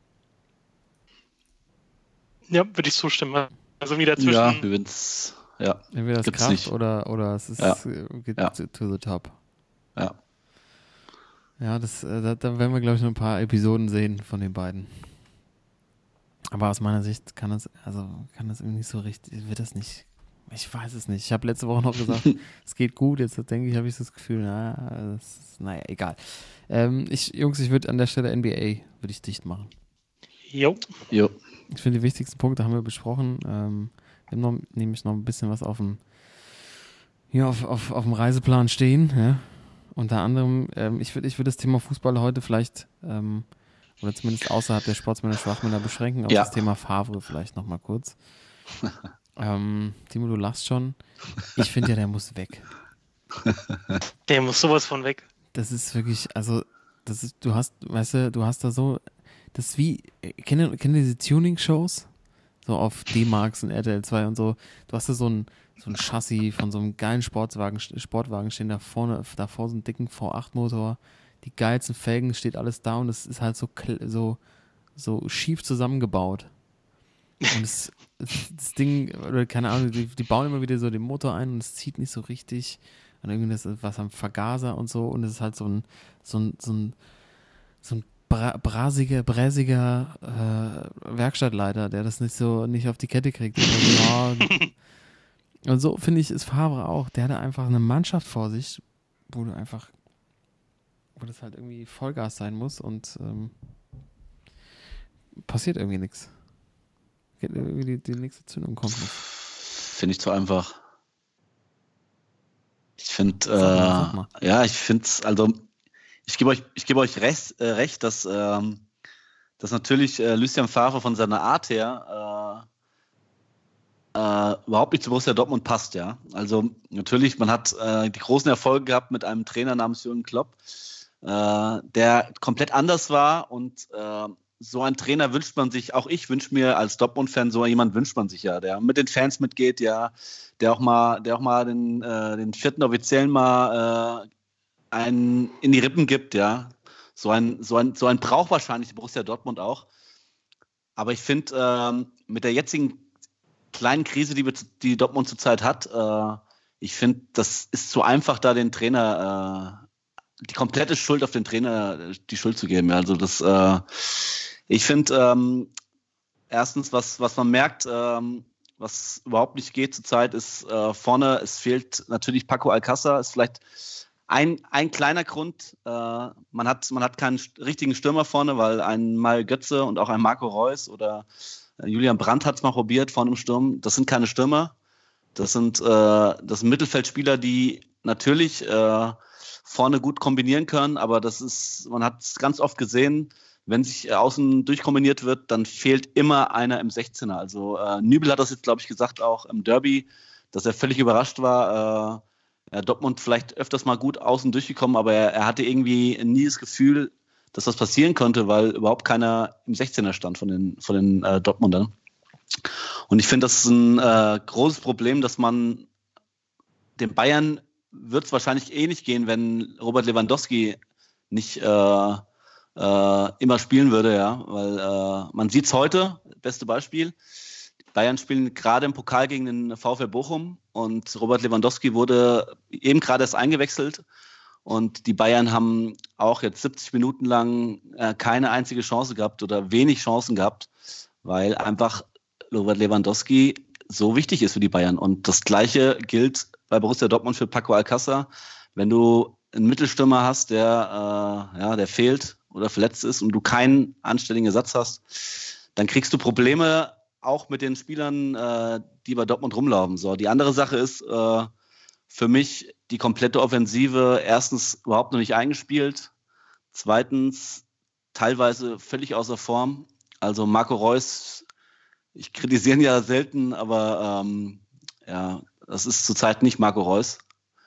Ja, würde ich zustimmen. Also wieder zwischen. Ja, wir win's, ja. Entweder das Gibt's Kraft nicht. oder, oder es ist, Ja. äh, geht Ja. to, to the top. Ja. Ja, das, äh, da, da werden wir, glaube ich, noch ein paar Episoden sehen von den beiden. Aber aus meiner Sicht kann das, also kann das irgendwie nicht so richtig, wird das nicht, ich weiß es nicht. Ich habe letzte Woche noch gesagt, es geht gut, jetzt denke ich, habe ich das Gefühl, na, das ist, naja, egal. Ähm, ich, Jungs, ich würde an der Stelle N B A, würde ich dicht machen. Jo. Jo. Ich finde, die wichtigsten Punkte haben wir besprochen. Ähm, wir haben noch, nämlich noch ein bisschen was auf dem, hier auf, auf, auf dem Reiseplan stehen, ja. Unter anderem, ähm, ich würde ich würd das Thema Fußball heute vielleicht, ähm, oder zumindest außerhalb der Sportsmänner Schwachmänner beschränken, auf Ja. das Thema Favre vielleicht nochmal kurz. ähm, Timo, du lachst schon. Ich finde ja, der muss weg. Der muss sowas von weg. Das ist wirklich, also, das ist, du hast, weißt du, du hast da so, das ist wie, kennt ihr, kennt ihr diese Tuning-Shows? So auf D-Max und R T L zwei und so. Du hast da so ein, so ein Chassis von so einem geilen Sportwagen, Sportwagen stehen da vorne, davor so einen dicken V acht Motor, die geilsten Felgen, steht alles da und es ist halt so, so, so schief zusammengebaut. Und es, das Ding, oder keine Ahnung, die, die bauen immer wieder so den Motor ein und es zieht nicht so richtig. Und irgendwie das ist was am Vergaser und so und es ist halt so ein, so ein, so ein, so ein bra- brasiger, bräsiger äh, Werkstattleiter, der das nicht so nicht auf die Kette kriegt. Und, so, ja, und so finde ich, ist Favre auch. Der hatte einfach eine Mannschaft vor sich, wo du einfach, wo das halt irgendwie Vollgas sein muss und ähm, passiert irgendwie nichts. Irgendwie die, die nächste Zündung kommt nicht. Finde ich zu einfach. Ich finde, Sag mal, sag mal. äh, ja, ich finde es, also ich gebe euch, ich gebe euch recht, äh, recht, dass, ähm, dass natürlich äh, Lucien Favre von seiner Art her äh, äh, überhaupt nicht zu Borussia Dortmund passt, ja. Also natürlich, man hat äh, die großen Erfolge gehabt mit einem Trainer namens Jürgen Klopp, äh, der komplett anders war und äh, so ein Trainer wünscht man sich, auch ich wünsche mir als Dortmund-Fan, so jemand wünscht man sich ja, der mit den Fans mitgeht, ja, der auch mal, der auch mal den, äh, den vierten Offiziellen mal äh, einen in die Rippen gibt, ja. So ein, so ein, so ein braucht wahrscheinlich Borussia Dortmund auch. Aber ich finde, ähm, mit der jetzigen kleinen Krise, die, wir, die Dortmund zurzeit hat, äh, ich finde, das ist zu einfach, da den Trainer, äh, die komplette Schuld auf den Trainer, äh, die Schuld zu geben. Ja. Also das, äh, ich finde, ähm, erstens, was, was man merkt, ähm, was überhaupt nicht geht zurzeit, ist äh, vorne, es fehlt natürlich Paco Alcázar, ist vielleicht ein, ein kleiner Grund, äh, man hat, man hat keinen richtigen Stürmer vorne, weil ein Mario Götze und auch ein Marco Reus oder äh, Julian Brandt hat es mal probiert vorne im Sturm, das sind keine Stürmer, das sind, äh, das sind Mittelfeldspieler, die natürlich äh, vorne gut kombinieren können, aber das ist, man hat es ganz oft gesehen, wenn sich außen durchkombiniert wird, dann fehlt immer einer im sechzehner. Also äh, Nübel hat das jetzt, glaube ich, gesagt, auch im Derby, dass er völlig überrascht war. Äh, Dortmund vielleicht öfters mal gut außen durchgekommen, aber er, er hatte irgendwie nie das Gefühl, dass das passieren konnte, weil überhaupt keiner im sechzehner stand von den, von den äh, Dortmundern. Und ich finde, das ist ein äh, großes Problem, dass man den Bayern wird es wahrscheinlich eh nicht gehen, wenn Robert Lewandowski nicht äh, äh, immer spielen würde, ja, weil äh, man sieht es heute, beste Beispiel, die Bayern spielen gerade im Pokal gegen den VfL Bochum und Robert Lewandowski wurde eben gerade erst eingewechselt und die Bayern haben auch jetzt siebzig Minuten lang äh, keine einzige Chance gehabt oder wenig Chancen gehabt, weil einfach Robert Lewandowski so wichtig ist für die Bayern und das Gleiche gilt bei Borussia Dortmund für Paco Alcázar, wenn du einen Mittelstürmer hast, der, äh, ja, der fehlt oder verletzt ist und du keinen anständigen Ersatz hast, dann kriegst du Probleme auch mit den Spielern, äh, die bei Dortmund rumlaufen. So, die andere Sache ist äh, für mich die komplette Offensive erstens überhaupt noch nicht eingespielt, zweitens teilweise völlig außer Form. Also Marco Reus, ich kritisiere ihn ja selten, aber ähm, ja, das ist zurzeit nicht Marco Reus.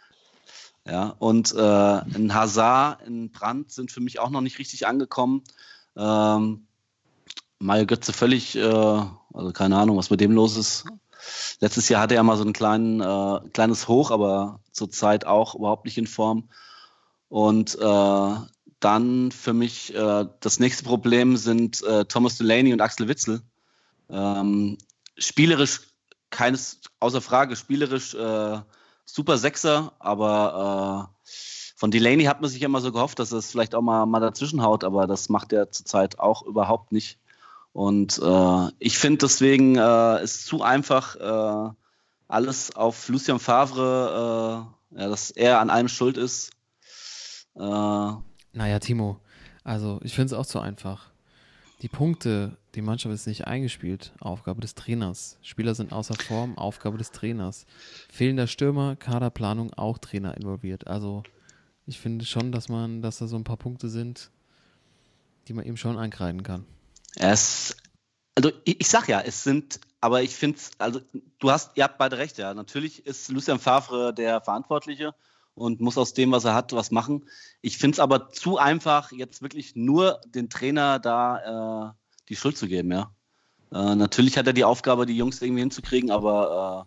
Ja, und äh, ein Hazard, ein Brandt sind für mich auch noch nicht richtig angekommen. Ähm, Mario Götze völlig, äh, also keine Ahnung, was mit dem los ist. letztes Jahr hatte er mal so ein kleinen, äh, kleines Hoch, aber zurzeit auch überhaupt nicht in Form. Und äh, dann für mich äh, das nächste Problem sind äh, Thomas Delaney und Axel Witsel. Ähm, spielerisch keines, außer Frage, spielerisch äh, super Sechser, aber äh, von Delaney hat man sich immer so gehofft, dass er es vielleicht auch mal, mal dazwischen haut, aber das macht er zurzeit auch überhaupt nicht. Und äh, ich finde deswegen äh, ist zu einfach äh, alles auf Lucien Favre, äh, ja, dass er an allem schuld ist. Äh, Naja, Timo, also ich finde es auch zu einfach. Die Punkte, die Mannschaft ist nicht eingespielt, Aufgabe des Trainers. Spieler sind außer Form, Aufgabe des Trainers. Fehlender Stürmer, Kaderplanung, auch Trainer involviert. Also ich finde schon, dass man, dass da so ein paar Punkte sind, die man ihm schon ankreiden kann. es, also ich, ich sag ja, es sind, aber ich finde, also du hast, ihr habt beide recht, ja. Natürlich ist Lucien Favre der Verantwortliche und muss aus dem, was er hat, was machen. Ich finde es aber zu einfach, jetzt wirklich nur den Trainer da äh, die Schuld zu geben, ja. Äh, natürlich hat er die Aufgabe, die Jungs irgendwie hinzukriegen, aber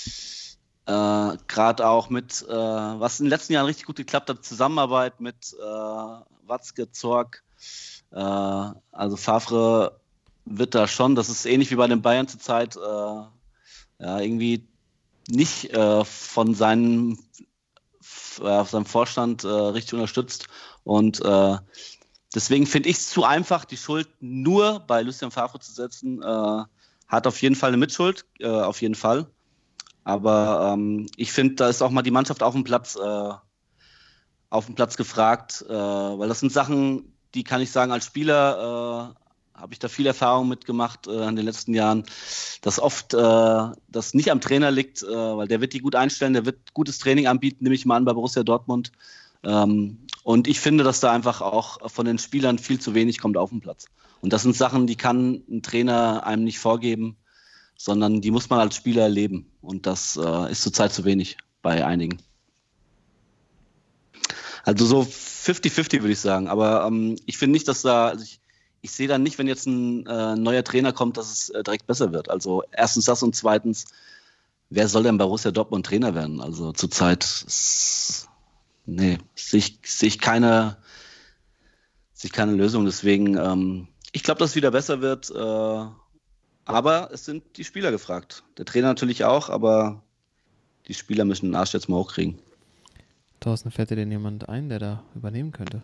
äh, äh, gerade auch mit, äh, was in den letzten Jahren richtig gut geklappt hat, Zusammenarbeit mit äh, Watzke, Zorc, äh, also Favre wird da schon, das ist ähnlich wie bei den Bayern zurzeit, äh, ja, irgendwie nicht äh, von seinem auf seinem Vorstand äh, richtig unterstützt und äh, deswegen finde ich es zu einfach, die Schuld nur bei Lucien Favre zu setzen. Äh, hat auf jeden Fall eine Mitschuld, äh, auf jeden Fall, aber ähm, ich finde, da ist auch mal die Mannschaft auf dem Platz äh, auf dem Platz gefragt, äh, weil das sind Sachen, die kann ich sagen, als Spieler äh, habe ich da viel Erfahrung mitgemacht äh, in den letzten Jahren, dass oft äh, das nicht am Trainer liegt, äh, weil der wird die gut einstellen, der wird gutes Training anbieten, nehme ich mal an, bei Borussia Dortmund. Ähm, und ich finde, dass da einfach auch von den Spielern viel zu wenig kommt auf den Platz. Und das sind Sachen, die kann ein Trainer einem nicht vorgeben, sondern die muss man als Spieler erleben. Und das äh, ist zurzeit zu wenig bei einigen. Also so fünfzig fünfzig würde ich sagen. Aber ähm, ich finde nicht, dass da... Also ich, Ich sehe dann nicht, wenn jetzt ein äh, neuer Trainer kommt, dass es äh, direkt besser wird. Also erstens das und zweitens, wer soll denn bei Borussia Dortmund Trainer werden? Also zurzeit ist, nee, sehe ich, sehe ich keine, sehe ich keine Lösung. Deswegen, ähm, ich glaube, dass es wieder besser wird. Äh, aber es sind die Spieler gefragt. Der Trainer natürlich auch, aber die Spieler müssen den Arsch jetzt mal hochkriegen. Thorsten, fällt dir denn jemand ein, der da übernehmen könnte?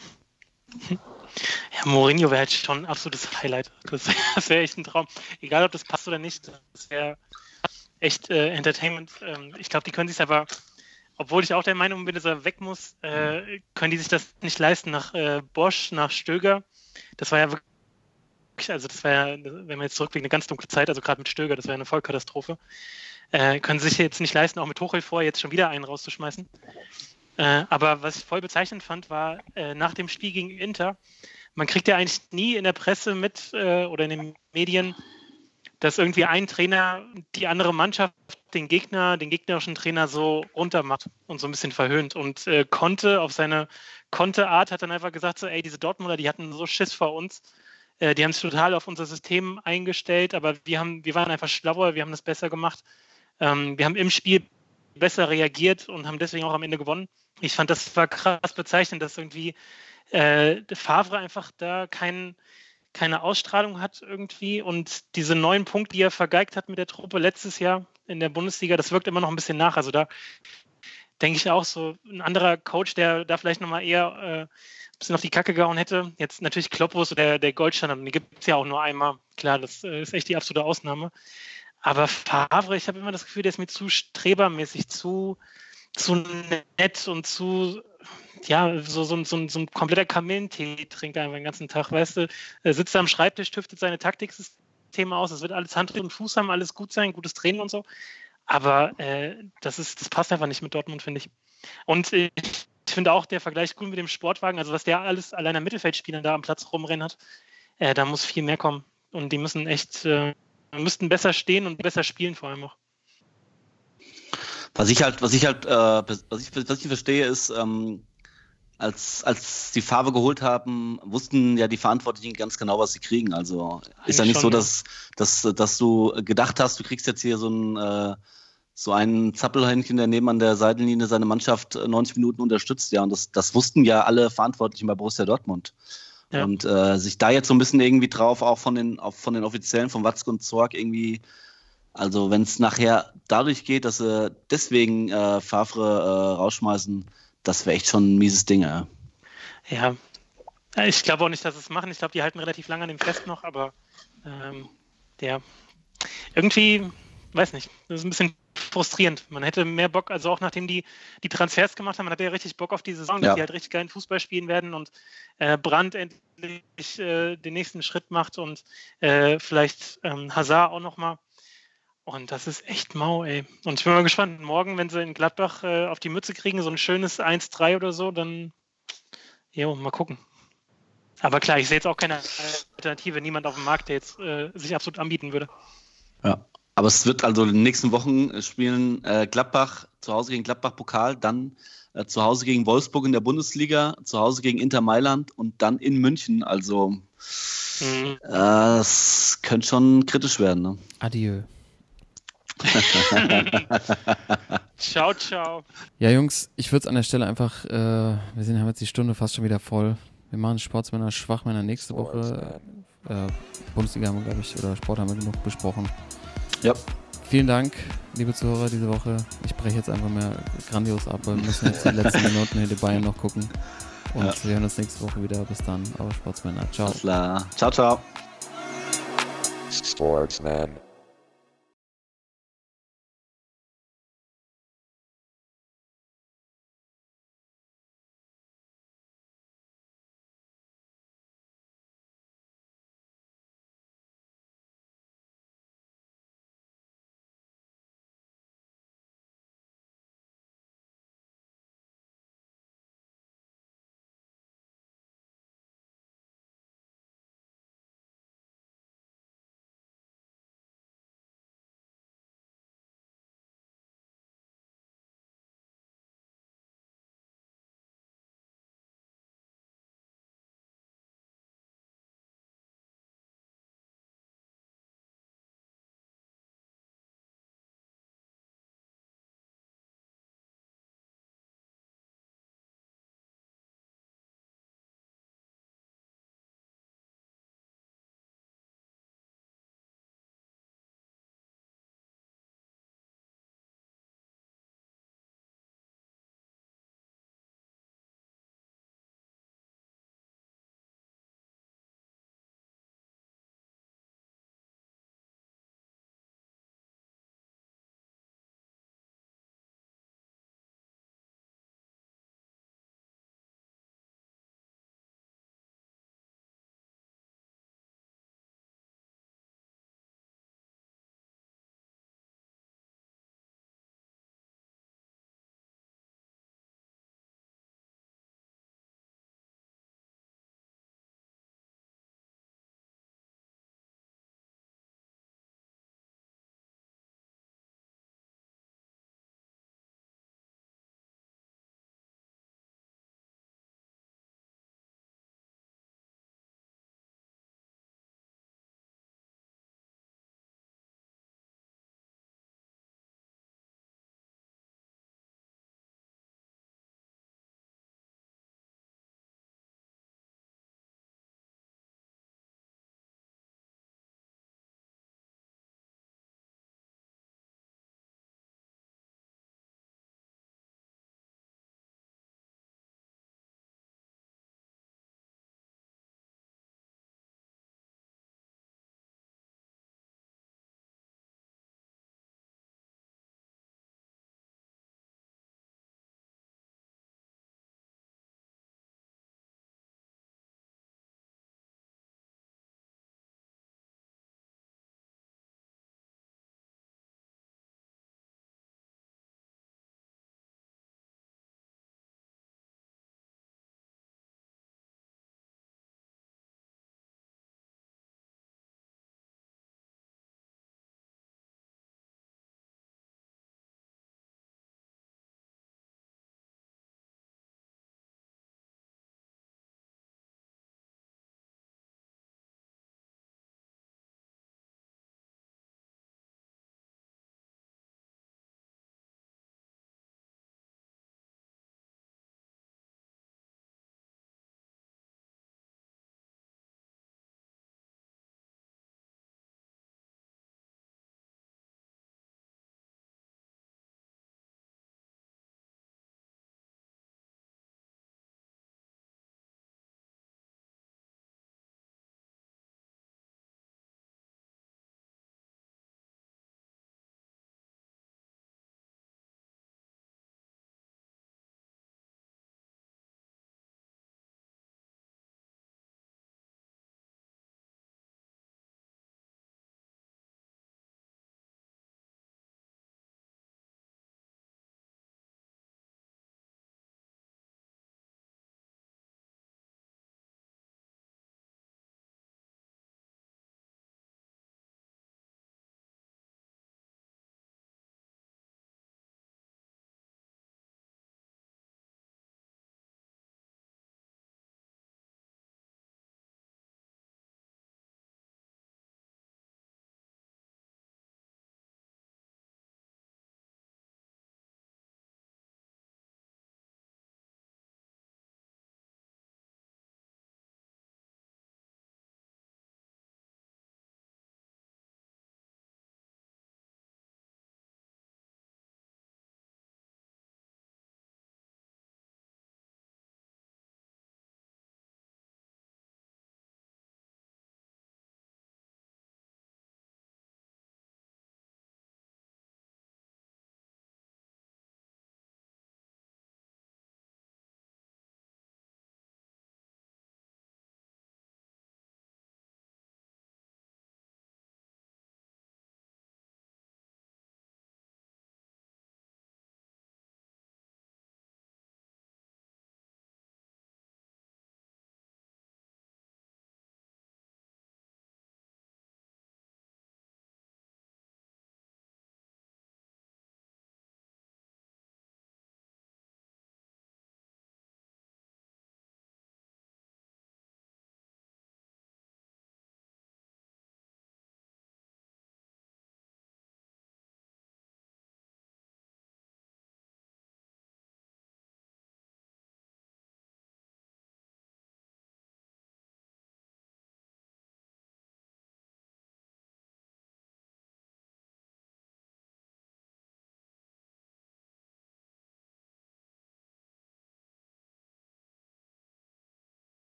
Ja, Mourinho wäre halt schon ein absolutes Highlight. Das, das wäre echt ein Traum. Egal, ob das passt oder nicht, das wäre echt äh, Entertainment. Ähm, ich glaube, die können sich aber, obwohl ich auch der Meinung bin, dass er weg muss, äh, können die sich das nicht leisten. Nach äh, Bosch, nach Stöger, das war ja wirklich, also das war ja, wenn man jetzt zurückblickt, eine ganz dunkle Zeit, also gerade mit Stöger, das wäre eine Vollkatastrophe. Äh, können sich jetzt nicht leisten, auch mit Tuchel vor, jetzt schon wieder einen rauszuschmeißen. Äh, aber was ich voll bezeichnend fand, war äh, nach dem Spiel gegen Inter, man kriegt ja eigentlich nie in der Presse mit äh, oder in den Medien, dass irgendwie ein Trainer die andere Mannschaft, den Gegner, den gegnerischen Trainer so runtermacht und so ein bisschen verhöhnt. Und äh, Conte auf seine Conte-Art hat dann einfach gesagt, so, ey, diese Dortmunder, die hatten so Schiss vor uns, äh, die haben sich total auf unser System eingestellt, aber wir, haben, wir waren einfach schlauer, wir haben das besser gemacht. Ähm, wir haben im Spiel besser reagiert und haben deswegen auch am Ende gewonnen. Ich fand, das war krass bezeichnend, dass irgendwie äh, Favre einfach da kein, keine Ausstrahlung hat irgendwie und diese neun Punkte, die er vergeigt hat mit der Truppe letztes Jahr in der Bundesliga, das wirkt immer noch ein bisschen nach. Also da denke ich auch so, ein anderer Coach, der da vielleicht nochmal eher äh, ein bisschen auf die Kacke gehauen hätte. Jetzt natürlich Kloppo ist so der, der Goldstandard, den gibt es ja auch nur einmal. Klar, das äh, ist echt die absolute Ausnahme. Aber Favre, ich habe immer das Gefühl, der ist mir zu strebermäßig, zu, zu nett und zu, ja, so, so, so, so ein kompletter Kamillentee-Trinker einfach den ganzen Tag, weißt du, er sitzt am Schreibtisch, tüftet seine Taktiksysteme aus, es wird alles Hand und Fuß haben, alles gut sein, gutes Training und so, aber äh, das ist, das passt einfach nicht mit Dortmund, finde ich. Und äh, ich finde auch der Vergleich gut mit dem Sportwagen, also was der alles allein an Mittelfeldspielern da am Platz rumrennen hat, äh, da muss viel mehr kommen und die müssen echt... Äh, müssten besser stehen und besser spielen vor allem auch. Was ich halt, was ich halt, äh, was ich, was ich verstehe, ist, ähm, als, als die Favre geholt haben, wussten ja die Verantwortlichen ganz genau, was sie kriegen. Also ist ja nicht so, dass, dass, dass du gedacht hast, du kriegst jetzt hier so ein äh, so einen Zappelhähnchen, der neben an der Seitenlinie seine Mannschaft neunzig Minuten unterstützt. Ja, und das, das wussten ja alle Verantwortlichen bei Borussia Dortmund. Ja. Und äh, sich da jetzt so ein bisschen irgendwie drauf, auch von den, auch von den Offiziellen, von Watzke und Zorc irgendwie, also wenn es nachher dadurch geht, dass sie deswegen äh, Favre äh, rausschmeißen, das wäre echt schon ein mieses Ding, ja. Ja, ich glaube auch nicht, dass sie es machen. Ich glaube, die halten relativ lange an dem fest noch, aber ähm, ja, irgendwie, weiß nicht, das ist ein bisschen frustrierend. Man hätte mehr Bock, also auch nachdem die die Transfers gemacht haben, man hatte ja richtig Bock auf die Saison, dass Ja. die halt richtig geilen Fußball spielen werden und äh, Brandt endlich äh, den nächsten Schritt macht und äh, vielleicht ähm, Hazard auch nochmal. Und das ist echt mau, ey. Und ich bin mal gespannt, morgen, wenn sie in Gladbach äh, auf die Mütze kriegen, so ein schönes eins drei oder so, dann, jo, mal gucken. Aber klar, ich sehe jetzt auch keine Alternative, niemand auf dem Markt, der jetzt äh, sich absolut anbieten würde. Ja. Aber es wird also in den nächsten Wochen spielen äh, Gladbach zu Hause gegen Gladbach Pokal, dann äh, zu Hause gegen Wolfsburg in der Bundesliga, zu Hause gegen Inter Mailand und dann in München. Also Mhm. äh, es könnte schon kritisch werden. Ne? Adieu. Ciao, ciao. Ja, Jungs, ich würde es an der Stelle einfach, äh, wir sind, haben jetzt die Stunde fast schon wieder voll. Wir machen Sportsmänner, Schwachmänner nächste Woche. Äh, Bundesliga haben wir, glaube ich, oder Sport haben wir genug besprochen. Ja. Vielen Dank, liebe Zuhörer, diese Woche. Ich breche jetzt einfach mal grandios ab, weil wir müssen jetzt die letzten Minuten hier die Bayern noch gucken. Und Ja. wir hören uns nächste Woche wieder. Bis dann, eure Sportsmänner. Ciao. Alles klar. Ciao, ciao. Sportsman.